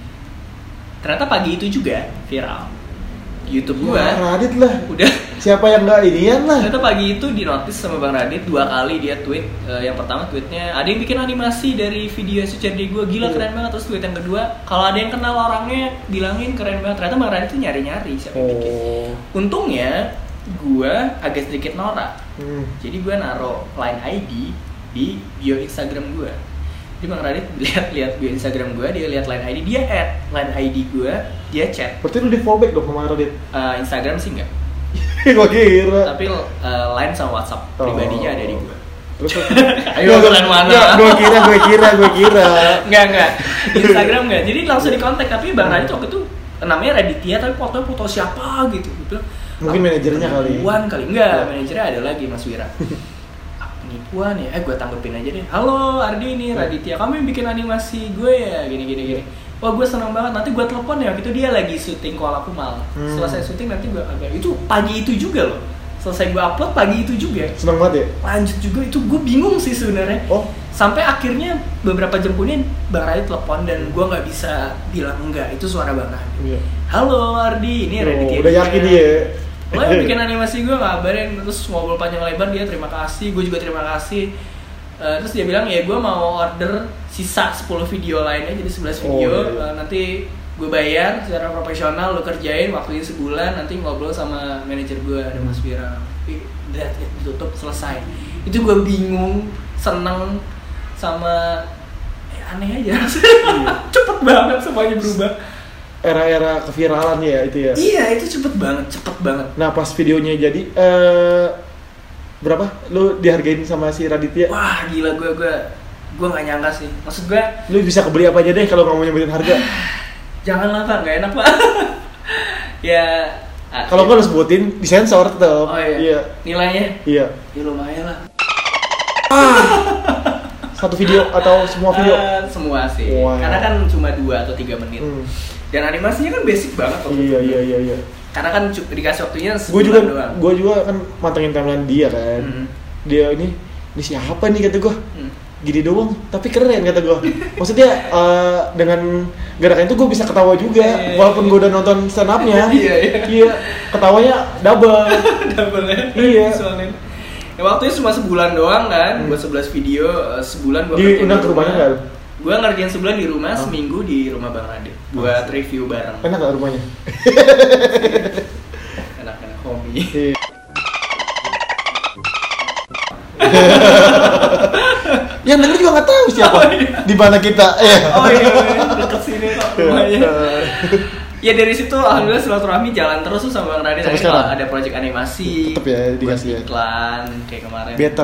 Ternyata pagi itu juga viral YouTube gue. Radit lah. Udah. Siapa yang nggak inian lah. Ternyata pagi itu di notice sama Bang Radit 2 kali dia tweet. Yang pertama tweetnya ada yang bikin animasi dari video Sucerdi gue, gila keren banget. Terus tweet yang kedua, kalau ada yang kenal orangnya bilangin keren banget. Ternyata Bang Radit tuh nyari-nyari siapa yang bikin. Untungnya gue agak sedikit norak. Jadi gue naro line ID di bio Instagram gue. Jadi Bang Radit lihat bio Instagram gue, dia lihat line ID, dia add line ID gue, dia chat. Berarti lu di fallback dong sama Radit? Instagram sih enggak. Gue kira. Tapi line sama WhatsApp pribadinya ada di gue. Terus ayo keren mana? Gue kira. Enggak. Instagram enggak. Jadi langsung dikontak, tapi Bang Radit waktu itu namanya Raditya tapi foto siapa gitu. Gue bilang mungkin manajernya kali. Enggak, manajernya ada lagi Mas Wira. Penipuan ya, gue tanggepin aja deh. Halo Ardi, ini Raditya, kamu yang bikin animasi gue ya, gini. Wah gue senang banget, nanti gue telepon ya. Gitu dia lagi syuting Kuala Kumal. Selesai syuting nanti gue agak itu pagi itu juga loh. Selesai gue upload pagi itu juga. Senang banget ya? Lanjut juga, itu gue bingung sih sebenarnya. Sampai akhirnya beberapa jam kemudian Bang Radit telepon dan gue nggak bisa bilang enggak, itu suara Bang Radit. Halo Ardi, ini Raditya. Udah yakin dia. Lo yang bikin animasi gue ngabarin, terus ngobrol panjang lebar, dia terima kasih, gue juga terima kasih. Terus dia bilang ya gue mau order sisa 10 video lainnya jadi 11 video. Nanti gue bayar secara profesional, lo kerjain waktunya sebulan, nanti ngobrol sama manajer gue ada Mas Wira. Ditutup selesai. Itu gue bingung, seneng sama aneh aja rasanya. Cepet banget semuanya berubah. Era-era keviralan ya itu ya? Iya, itu cepet banget. Nah pas videonya jadi, berapa? Lu dihargain sama si Raditya? Wah gila, gue gak nyangka sih. Maksud gue lu bisa kebeli apa aja deh kalau gak mau nyebutin harga. Janganlah Pak, gak enak Pak. Ya kalau gue harus sebutin, disensor tetap. Oh iya. Nilainya? Iya. Ya lumayan lah. Satu video atau semua video? Semua sih. Karena kan cuma 2 atau 3 menit. Dan animasinya kan basic banget. Iya. Karena kan dikasih waktunya sebulan doang. Gue juga kan mantengin timeline dia kan. Dia ini siapa nih kata gue. Gini doang, tapi keren kata gue. Maksudnya dengan gerakan itu gue bisa ketawa juga, walaupun gue udah nonton stand up-nya. Iya, ketawanya double ya. Iya. Ya, waktunya cuma sebulan doang kan, buat 11 video, sebulan gue diundang ke rumahnya nggak? Gue ngerjain sebulan di rumah, seminggu di rumah Bang Radit buat review bareng. Enak gak rumahnya? Enak homey. Yang denger juga nggak tahu siapa di mana kita. Oh iya, deket sini kok rumahnya. Ya dari situ alhamdulillah silaturahmi jalan terus tuh sama Bang Radit. Tadi kalau ada project animasi, tetep ya dikasih iklan kayak kemarin. Better.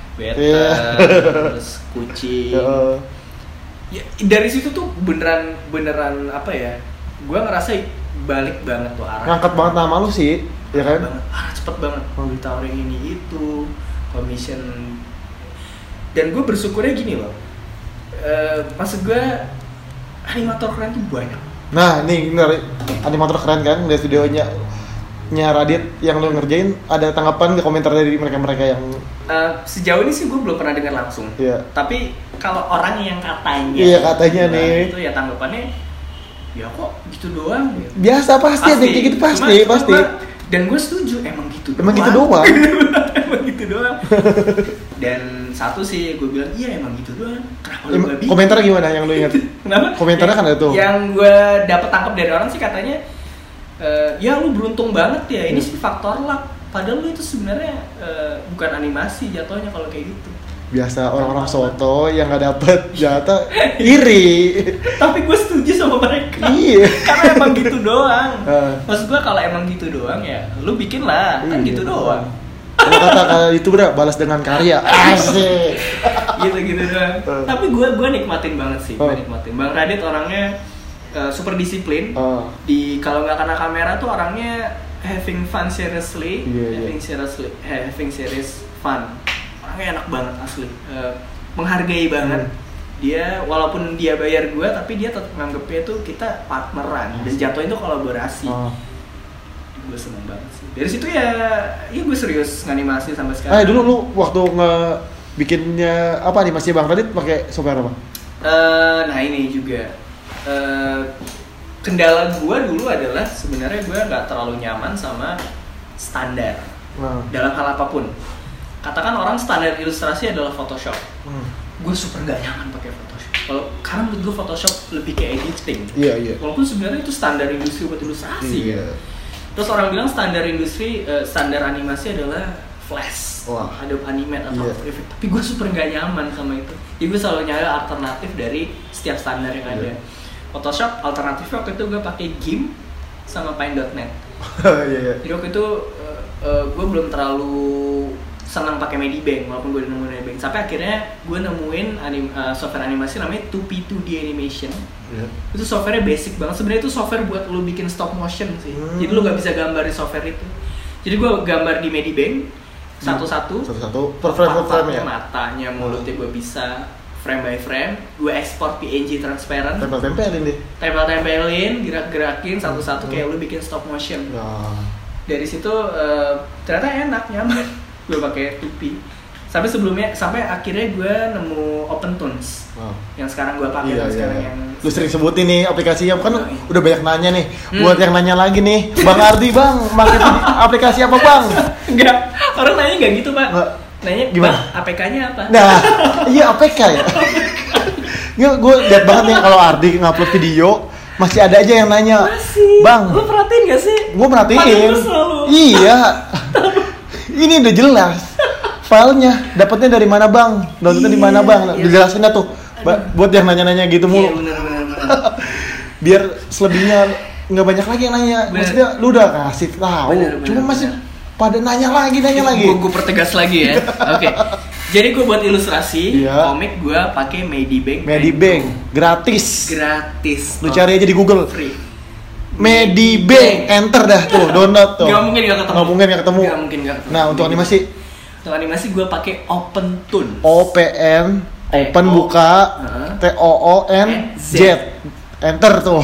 Terus kucing. Ya, dari situ tuh beneran apa ya? Gua ngerasa balik banget tuh arah. Ngangkat banget nama lu sih, ya kan? Cepet banget. Ditawarin ini itu, commission. Dan gue bersyukurnya gini loh. Maksud gue animator keren tuh banyak. Nah, nih animator keren kan, dari videonya Radit yang lo ngerjain, ada tanggapan ke komentar dari mereka yang sejauh ini sih gue belum pernah dengar langsung. Iya. Tapi kalau orang yang katanya, iya katanya nih itu ya tanggapannya, ya kok gitu doang. Gitu. Biasa pasti kayak gitu pasti. Dan gue setuju, emang gitu doang. Emang gitu doang. Emang gitu doang. Dan satu sih gue bilang, iya emang gitu doang. Kenapa lu gak bikin? Komentarnya gimana yang lu ingat? Kenapa? Komentarnya kan ada tuh. Yang gue dapet tangkap dari orang sih katanya, ya lu beruntung banget ya, ini sih faktor luck. Padahal lu itu sebenarnya bukan animasi jatuhnya kalau kayak gitu. Biasa orang-orang soto yang nggak dapet jatah iri. Tapi gue setuju sama mereka. Iya. Karena emang gitu doang. Maksud gue kalau emang gitu doang ya, lu bikin lah, kan gitu doang. Kalau kata itu balas dengan karya. Asik. Gitu doang. Tapi gue nikmatin banget sih, gue nikmatin. Bang Radit orangnya super disiplin. Di kalau nggak kena kamera tuh orangnya having fun seriously, having serious fun. Orangnya enak banget asli, menghargai banget. Dia walaupun dia bayar gue, tapi dia tetap nganggepnya tuh kita partneran dan jatuhnya itu kolaborasi. Gue seneng banget sih. Dari situ ya gue serius nganimasi sampai sekarang. Dulu lu waktu bikinnya apa animasi Bang Radit pakai software apa? Nah ini juga kendala gue dulu adalah sebenarnya gue nggak terlalu nyaman sama standar dalam hal apapun. Katakan orang standar ilustrasi adalah Photoshop. Gue super gak nyaman pakai Photoshop. Karena menurut gue Photoshop lebih kayak editing. Iya. Walaupun sebenarnya itu standar industri buat ilustrasi. Iya. Terus orang bilang standar industri, standar animasi adalah Flash, Adobe Animate atau After Effects. Tapi gue super gak nyaman sama itu. Jadi gue selalu nyari alternatif dari setiap standar yang ada. Photoshop alternatifnya waktu itu gue pakai GIMP sama Paint.net. Jadi waktu itu gue belum terlalu senang pakai Medibank, walaupun gue nemuin Medibank. Sampai akhirnya gue nemuin software animasi namanya 2P2D Animation. Itu softwarenya basic banget. Sebenarnya itu software buat lo bikin stop motion sih. Jadi lo gak bisa gambar di software itu. Jadi gue gambar di Medibank satu-satu per frame ya. Matanya, mulutnya gue bisa frame by frame. Gue ekspor PNG transparent. Tempel-tempelin, gerak-gerakin satu-satu kayak lo bikin stop motion. Dari situ ternyata enak, nyaman. Gue pakai 2P. Sampai akhirnya gue nemu OpenToons. Yang sekarang gue pakai yang lu sering sebutin nih aplikasinya kan udah banyak nanya nih. Buat yang nanya lagi nih, Bang Ardi Bang, pakai aplikasi apa Bang? Enggak, orang nanya enggak gitu, Pak. Nanya gimana? APK-nya apa? Nah, iya APK ya. Gue lihat banget nih kalau Ardi ngupload video masih ada aja yang nanya. Masih. Bang, lu perhatiin gak sih? Gue perhatiin. Iya. Ini udah jelas. Filenya dapatnya dari mana Bang? Downloadnya di mana Bang? Dijelasin dah tuh. Buat yang nanya-nanya gitu mulu. Bener. Biar selebihnya nggak banyak lagi yang nanya. Maksudnya lu udah kasih tahu. Cuma masih pada nanya lagi. Gue pertegas lagi ya. Oke. Jadi gue buat ilustrasi komik gue pakai Medibank gratis. Lu cari aja di Google. Free. Medibank, enter dah tuh, download tuh. Gak mungkin gak ketemu. Nah, untuk animasi gue pakai OpenToons. Open buka TOONZ. Enter tuh.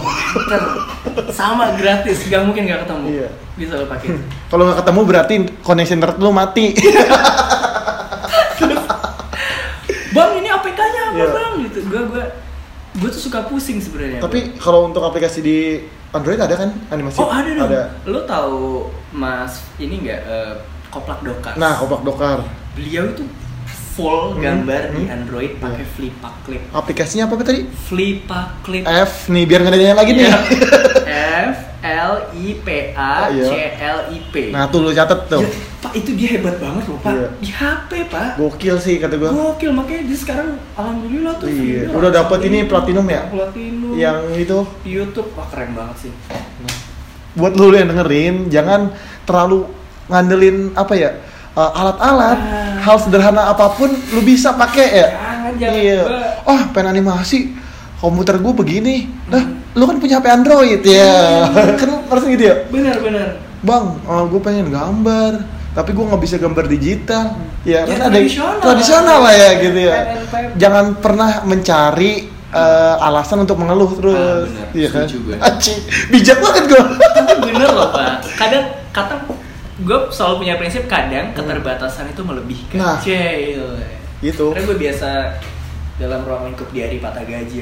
Sama gratis, gak mungkin gak ketemu. Iya. Bisa lo pakai. Kalau nggak ketemu berarti connection internet lu mati. Bang, ini APK-nya apa Bang? Gitu. Gue tuh suka pusing sebenarnya. Tapi kalau untuk aplikasi di Android ada kan animasi? Oh ada dong. Lo tahu Mas ini nggak Koplak Dokar? Nah, Koplak Dokar. Beliau itu full gambar di Android pakai Flippa Clip. Aplikasinya apa tadi? Flippa Clip. F nih biar nggak nanya lagi nih. FLIPA CLIP. Nah tuh lu catet tuh. Pak itu dia hebat banget loh Pak, iya. Di HP Pak. Gokil sih kata gue. Gokil, makanya dia sekarang alhamdulillah tuh. Iya. Udah dapat ini platinum ya? Platinum. Yang itu di YouTube, wah keren banget sih. Buat lu yang dengerin, jangan terlalu ngandelin apa ya, alat-alat, hal sederhana apapun lu bisa pakai ya. Jangan. Iya. Pengen animasi, komputer gue begini. Lu kan punya HP Android ya. Kan harus gitu ya. Benar. Bang, gue pengen gambar, tapi gue nggak bisa gambar digital. Ya kan ada tradisional lah ya gitu ya. Jangan pernah mencari alasan untuk mengeluh terus. Iya kan? Bijak banget gue. Tapi bener loh Pak. Kadang gue selalu punya prinsip keterbatasan itu melebihkan. Nah, gitu. Karena gue biasa dalam ruang lingkup di hari patah gaji.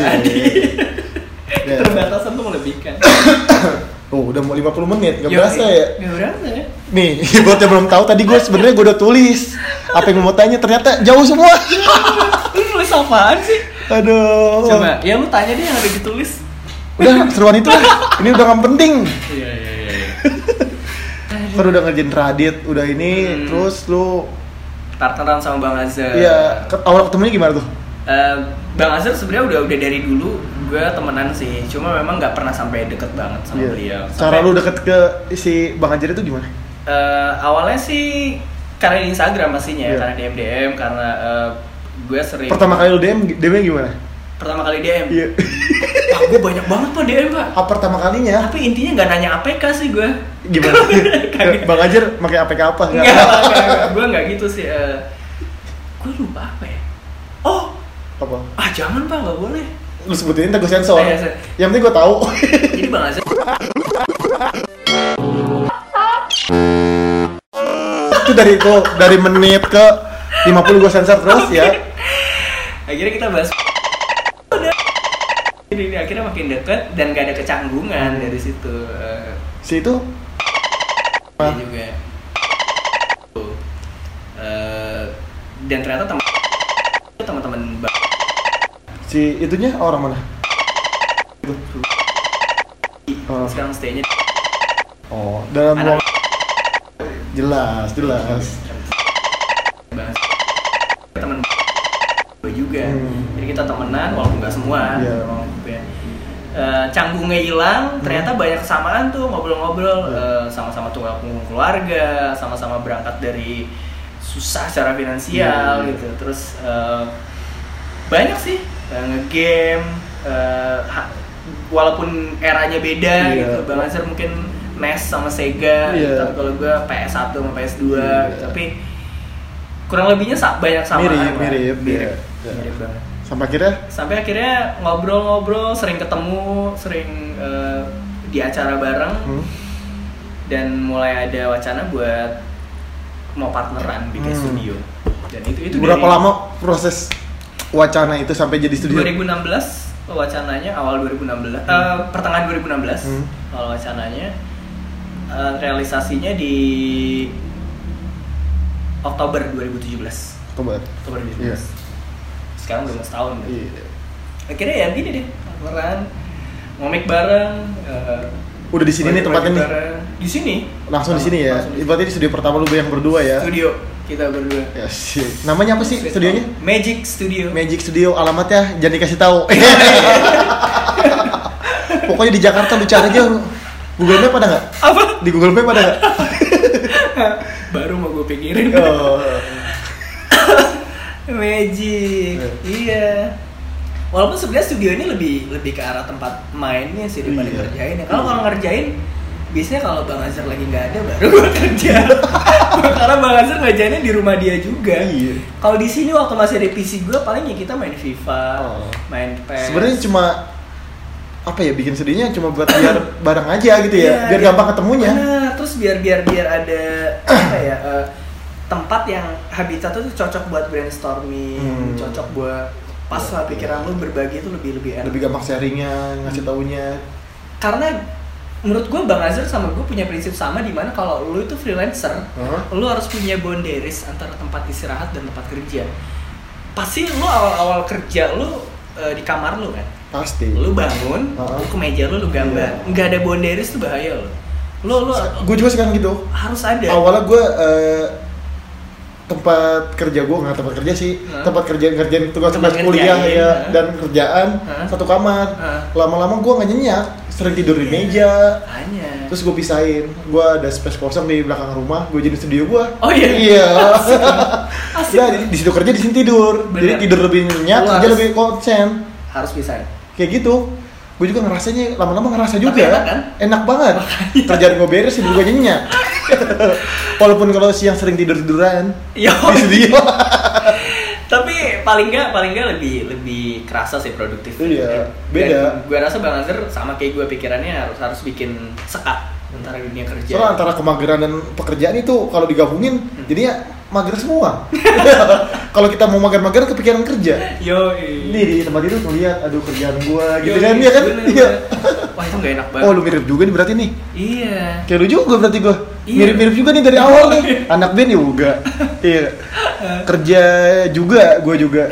Keterbatasan tuh melebihkan. Udah mau 50 menit, gak berasa ya? Gak berasa ya? Nih, buat yang belum tahu, tadi gue sebenarnya udah tulis apa yang mau tanya, ternyata jauh semua. Lu nulis apaan sih? Aduh. Coba, ya lu tanya deh yang ada ditulis. Udah, seruan itu lah. Ini udah gak penting. Iya. Kan udah ngerjain Radit, udah ini, terus lu partneran sama Bang Azhar. Iya, awal ketemunya gimana tuh? Bang Azhar sebenarnya udah dari dulu gue temenan sih, cuma memang nggak pernah sampai deket banget sama beliau. Cara lu deket ke si Bang Azhar itu gimana? Awalnya sih karena di Instagram pastinya, karena DM, karena gue sering. Pertama kali lu DM-nya gimana? Pertama kali DM? Iya. Gue banyak banget Pak DM Pak. Pertama kalinya? Tapi intinya nggak nanya APK sih gue. Gimana? Bang Azhar pakai APK apa? Enggak. Gue nggak gitu sih. Gue lupa apa ya? Apa? Jangan Pak, nggak boleh. Lu sebutin ntar gue sensor. Yang penting gue tahu. Jadi Bang Azhar itu dari menit ke 50 gue sensor terus ya. Akhirnya kita bahas. Ini akhirnya makin deket dan gak ada kecanggungan dari situ. Si itu? Dia juga. Dan ternyata teman-teman si itunya orang mana? Sekarang stay-nya dalam ruang jelas teman gue juga. Jadi kita temenan walaupun nggak semua. Canggungnya hilang, ternyata banyak kesamaan tuh, ngobrol-ngobrol, sama-sama tunggal punggung keluarga, sama-sama berangkat dari susah secara finansial gitu. Terus banyak sih nge-game, walaupun eranya beda gitu. Bang Azhar mungkin NES sama Sega, tapi kalau gue PS1 sama PS2 gitu. Tapi kurang lebihnya banyak sama. Mirip banget. Sampai akhirnya ngobrol-ngobrol, sering ketemu, sering di acara bareng, dan mulai ada wacana buat mau partneran bikin studio. Dan itu berapa lama proses wacana itu sampai jadi studio? 2016 wacananya, awal 2016, pertengahan 2016 awal wacananya, realisasinya di Oktober 2017. Oktober 2017. Sekarang udah setahun. Akhirnya ya gini deh, partneran, ngomik bareng. Udah di sini nih tempatnya nih. Di sini. Langsung di sini ya. Berarti di studio pertama lu yang berdua ya. Studio kita berdua. Ya sih. Namanya apa sih studionya? Magic Studio. Alamatnya jangan dikasih tahu. Pokoknya di Jakarta lu cari aja. Google Map ada nggak? Apa? Di Google Map ada nggak? Baru mau gue pikirin. Magic. Iya. Walaupun sebenarnya studio ini lebih ke arah tempat mainnya sih daripada ngerjain. Kalau ngerjain, biasanya kalau Bang Azhar lagi nggak ada baru gue kerja. Karena Bang Azhar ngerjainnya di rumah dia juga. Kalau di sini waktu masih ada PC gue, paling ya kita main FIFA, main PES. Sebenarnya cuma apa ya, bikin studionya cuma buat biar bareng aja gitu ya, biar gampang ketemunya. Nah, terus biar ada apa ya, tempat yang habitatnya tuh cocok buat brainstorming, cocok buat pas lah pikiran lu berbagi itu lebih enak. Lebih gampang sharingnya, ngasih taunya. Karena menurut gue Bang Azhar sama gue punya prinsip sama, di mana kalau lu itu freelancer, lu harus punya boundaries antara tempat istirahat dan tempat kerja. Pasti lu awal-awal kerja lu di kamar lu kan. Pasti. Lu bangun, lu ke meja lu gambar. Nggak ada boundaries tuh bahaya lu. Lo gue juga sekarang gitu. harus ada. Awalnya gue tempat kerja gue nggak tempat kerja sih, tempat kerja ngerjain tugas kuliah ya dan kerjaan satu kamar. Lama-lama gue nggak nyenyak, sering tidur di meja. Terus gue pisahin, gue ada space kosong di belakang rumah, gue jadi studio gue. Oh iya. Iya. Asik. Nah, di situ kerja, di sini tidur. Bener. Jadi tidur lebih nyenyak, kerja lebih konsen. Harus pisahin. Kayak gitu. Gue juga ngerasanya lama-lama ngerasa juga. Enak kan? Enak banget. Kerjaan gue beres, hidup gue nyenyak. Walaupun kalau siang sering tidur-tiduran di studio. Tapi paling nggak lebih kerasa sih produktif. Iya, beda. Gue rasa Bang Azhar sama kayak gue pikirannya harus bikin sekat antara dunia kerja. Soalnya antara kemageran dan pekerjaan itu kalau digabungin jadinya mager semua. Kalau kita mau mager-mager kepikiran kerja. Nih di tempat itu tuh lihat, aduh kerjaan gua gitu kan, iya kan? Iya. Wah itu nggak enak banget. Oh lu mirip juga nih berarti nih. Iya. Kayak lu juga berarti gua. Iya. Mirip-mirip juga nih dari awal nih. Anak band juga. Iya. Kerja juga, gua juga.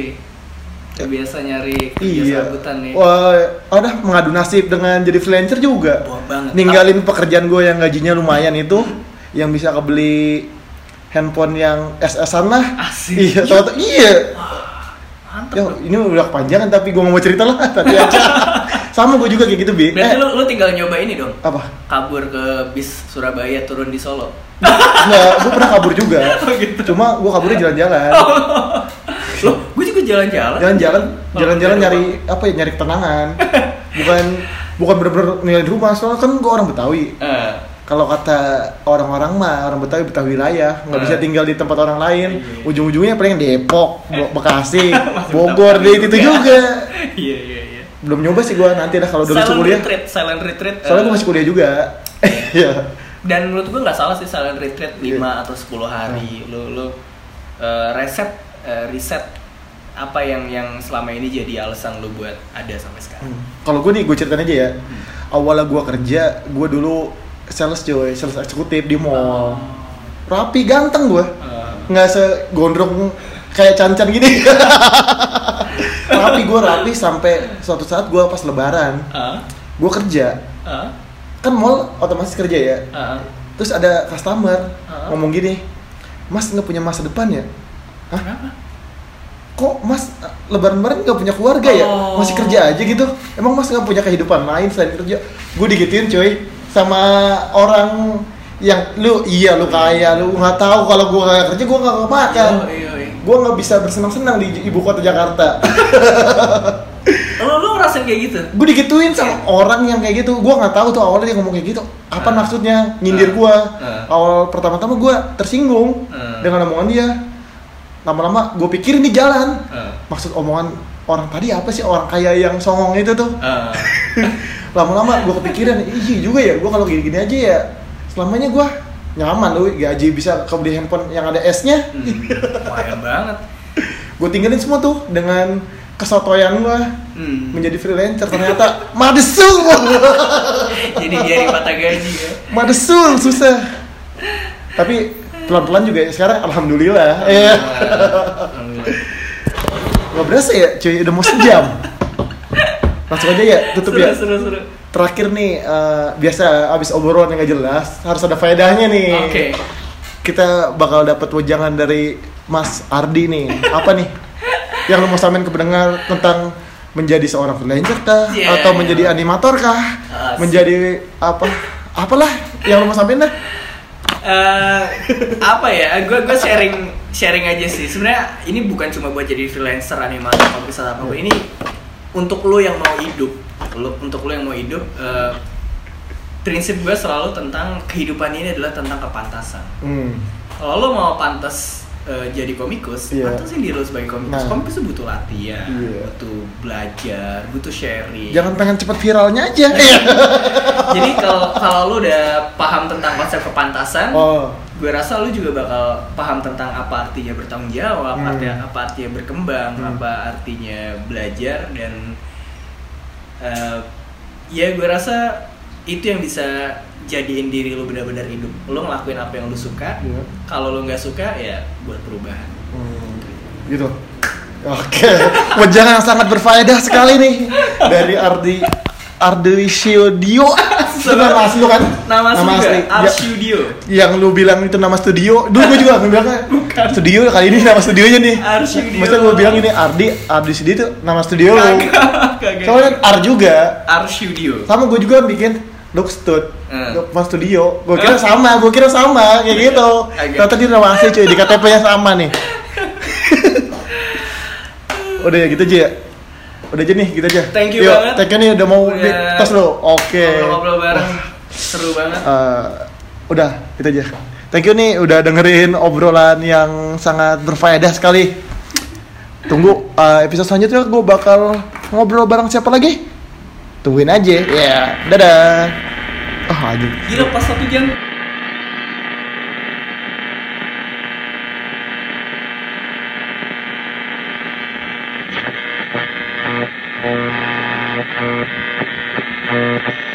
Biasa nyari kerja sambutan nih. Wah, udah mengadu nasib dengan jadi freelancer juga. Ninggalin pekerjaan gue yang gajinya lumayan itu, yang bisa kebeli handphone yang SS-an lah. Asik. Iya, iya. Mantap. Ya, ini udah kepanjangan tapi gue nggak mau cerita lah, tadi aja. Sama gue juga kayak gitu, Bi. Berarti lu tinggal nyoba ini dong. Apa? Kabur ke bis Surabaya turun di Solo. Nggak, gue pernah kabur juga. Gitu. Cuma gue kaburnya jalan-jalan. Loh, gue juga jalan-jalan nyari apa ya, nyari ketenangan. bukan bener-bener ninggalin rumah, soalnya kan gue orang Betawi. Kalau kata orang-orang mah, orang Betawi wilayah, nggak bisa tinggal di tempat orang lain. Ujung-ujungnya paling Depok, Bekasi, Bogor, itu juga. Iya. Belum nyoba sih gue, nanti dah kalau udah lulus kuliah. Silent retreat. Soalnya gue masih kuliah juga. Iya. Dan menurut gue nggak salah sih silent retreat 5 atau 10 hari. Lu riset apa yang selama ini jadi alasan lu buat ada sampai sekarang. Kalau gue nih, gue ceritain aja ya. Awalnya gue kerja, gue dulu sales eksekutif di mall. Rapi, ganteng gue. Nggak segondrong kayak Cancan gini. Rapi sampai suatu saat gue pas lebaran. Gue kerja. Kan mall otomatis kerja ya. Terus ada customer ngomong gini, "Mas nggak punya masa depan ya?" Hah? Kenapa? Kok Mas lebaran-lebaran nggak punya keluarga ya? Masih kerja aja gitu? Emang Mas nggak punya kehidupan lain selain kerja? Gue digituin cuy sama orang yang lu kaya, lu nggak tahu kalau gue nggak kerja gue nggak makan. Gue nggak bisa bersenang-senang di ibu kota Jakarta. Lu ngerasain kayak gitu? Gue digituin sama orang yang kayak gitu. Gue nggak tahu tuh awalnya dia ngomong kayak gitu. Apa maksudnya? Nyindir gue. Awal pertama-tama gue tersinggung dengan omongan dia. Lama-lama gue pikir ini jalan. Maksud omongan orang tadi apa sih, orang kaya yang songong itu tuh. Lama-lama gue kepikiran, iya juga ya, gue kalau gini-gini aja ya selamanya gue nyaman loh, gaji bisa beli handphone yang ada S-nya. Lumayan banget. Gue tinggalin semua tuh dengan kesotoyan gue menjadi freelancer. Ternyata madesul. Jadi nyari mata gaji ya. Madesul, susah. Tapi pelan-pelan juga ya sekarang, alhamdulillah. Nggak berasa ya cuy, udah mau sejam. Langsung aja ya, tutup ya. Seru. Terakhir nih, biasa abis obrolan yang gak jelas harus ada faedahnya nih. Oke. Kita bakal dapat wejangan dari Mas Ardi nih. Apa nih yang lo mau samain ke pendengar tentang menjadi seorang freelancer kah? Atau menjadi animator kah? Menjadi apalah yang lo mau samain dah? Apa ya? Gue sharing aja sih. Sebenarnya ini bukan cuma buat jadi freelancer, animator, atau bisa apa. Ini untuk lo yang mau hidup. Prinsip gue selalu tentang kehidupan ini adalah tentang kepantasan. Kalau lo mau pantas jadi komikus, pantasin diri lo sebagai komikus. Komikus itu butuh latihan, butuh belajar, butuh sharing. Jangan pengen cepet viralnya aja. Jadi kalau lo udah paham tentang konsep kepantasan, gue rasa lo juga bakal paham tentang apa artinya bertanggung jawab, apa artinya berkembang, apa artinya belajar, dan ya gue rasa itu yang bisa jadiin diri lo benar-benar hidup. Lo ngelakuin apa yang lo suka. Kalau lo nggak suka ya buat perubahan. Gitu. Oke. Wejangan yang sangat berfaedah sekali nih dari Ardi Wisyodio. Itu nama asli lu kan? Nama asli. Art Studio. Yang lu bilang itu nama studio. Dulu gue juga bilangnya bukan studio, kali ini nama studionya nih. Art Studio. Maksudnya gue bilang ini Ardi Studio itu nama studio lu. Kagak. Soalnya Art juga. Art Studio. Sama gue juga bikin Lukman Studio. Gue kira sama kayak gitu. Ternyata dia nama asli cuy, di KTP-nya sama nih. Udah ya gitu aja ya. Udah aja nih, gitu aja. Thank you banget. Thank you nih udah mau di tos lo. Oke. Ngobrol bareng. Seru banget. Udah, gitu aja. Thank you nih udah dengerin obrolan yang sangat berfaedah sekali. Tunggu episode selanjutnya gue bakal ngobrol bareng siapa lagi? Tungguin aja. Ya, dadah. Aja. Gila pas 1 jam. Thank you.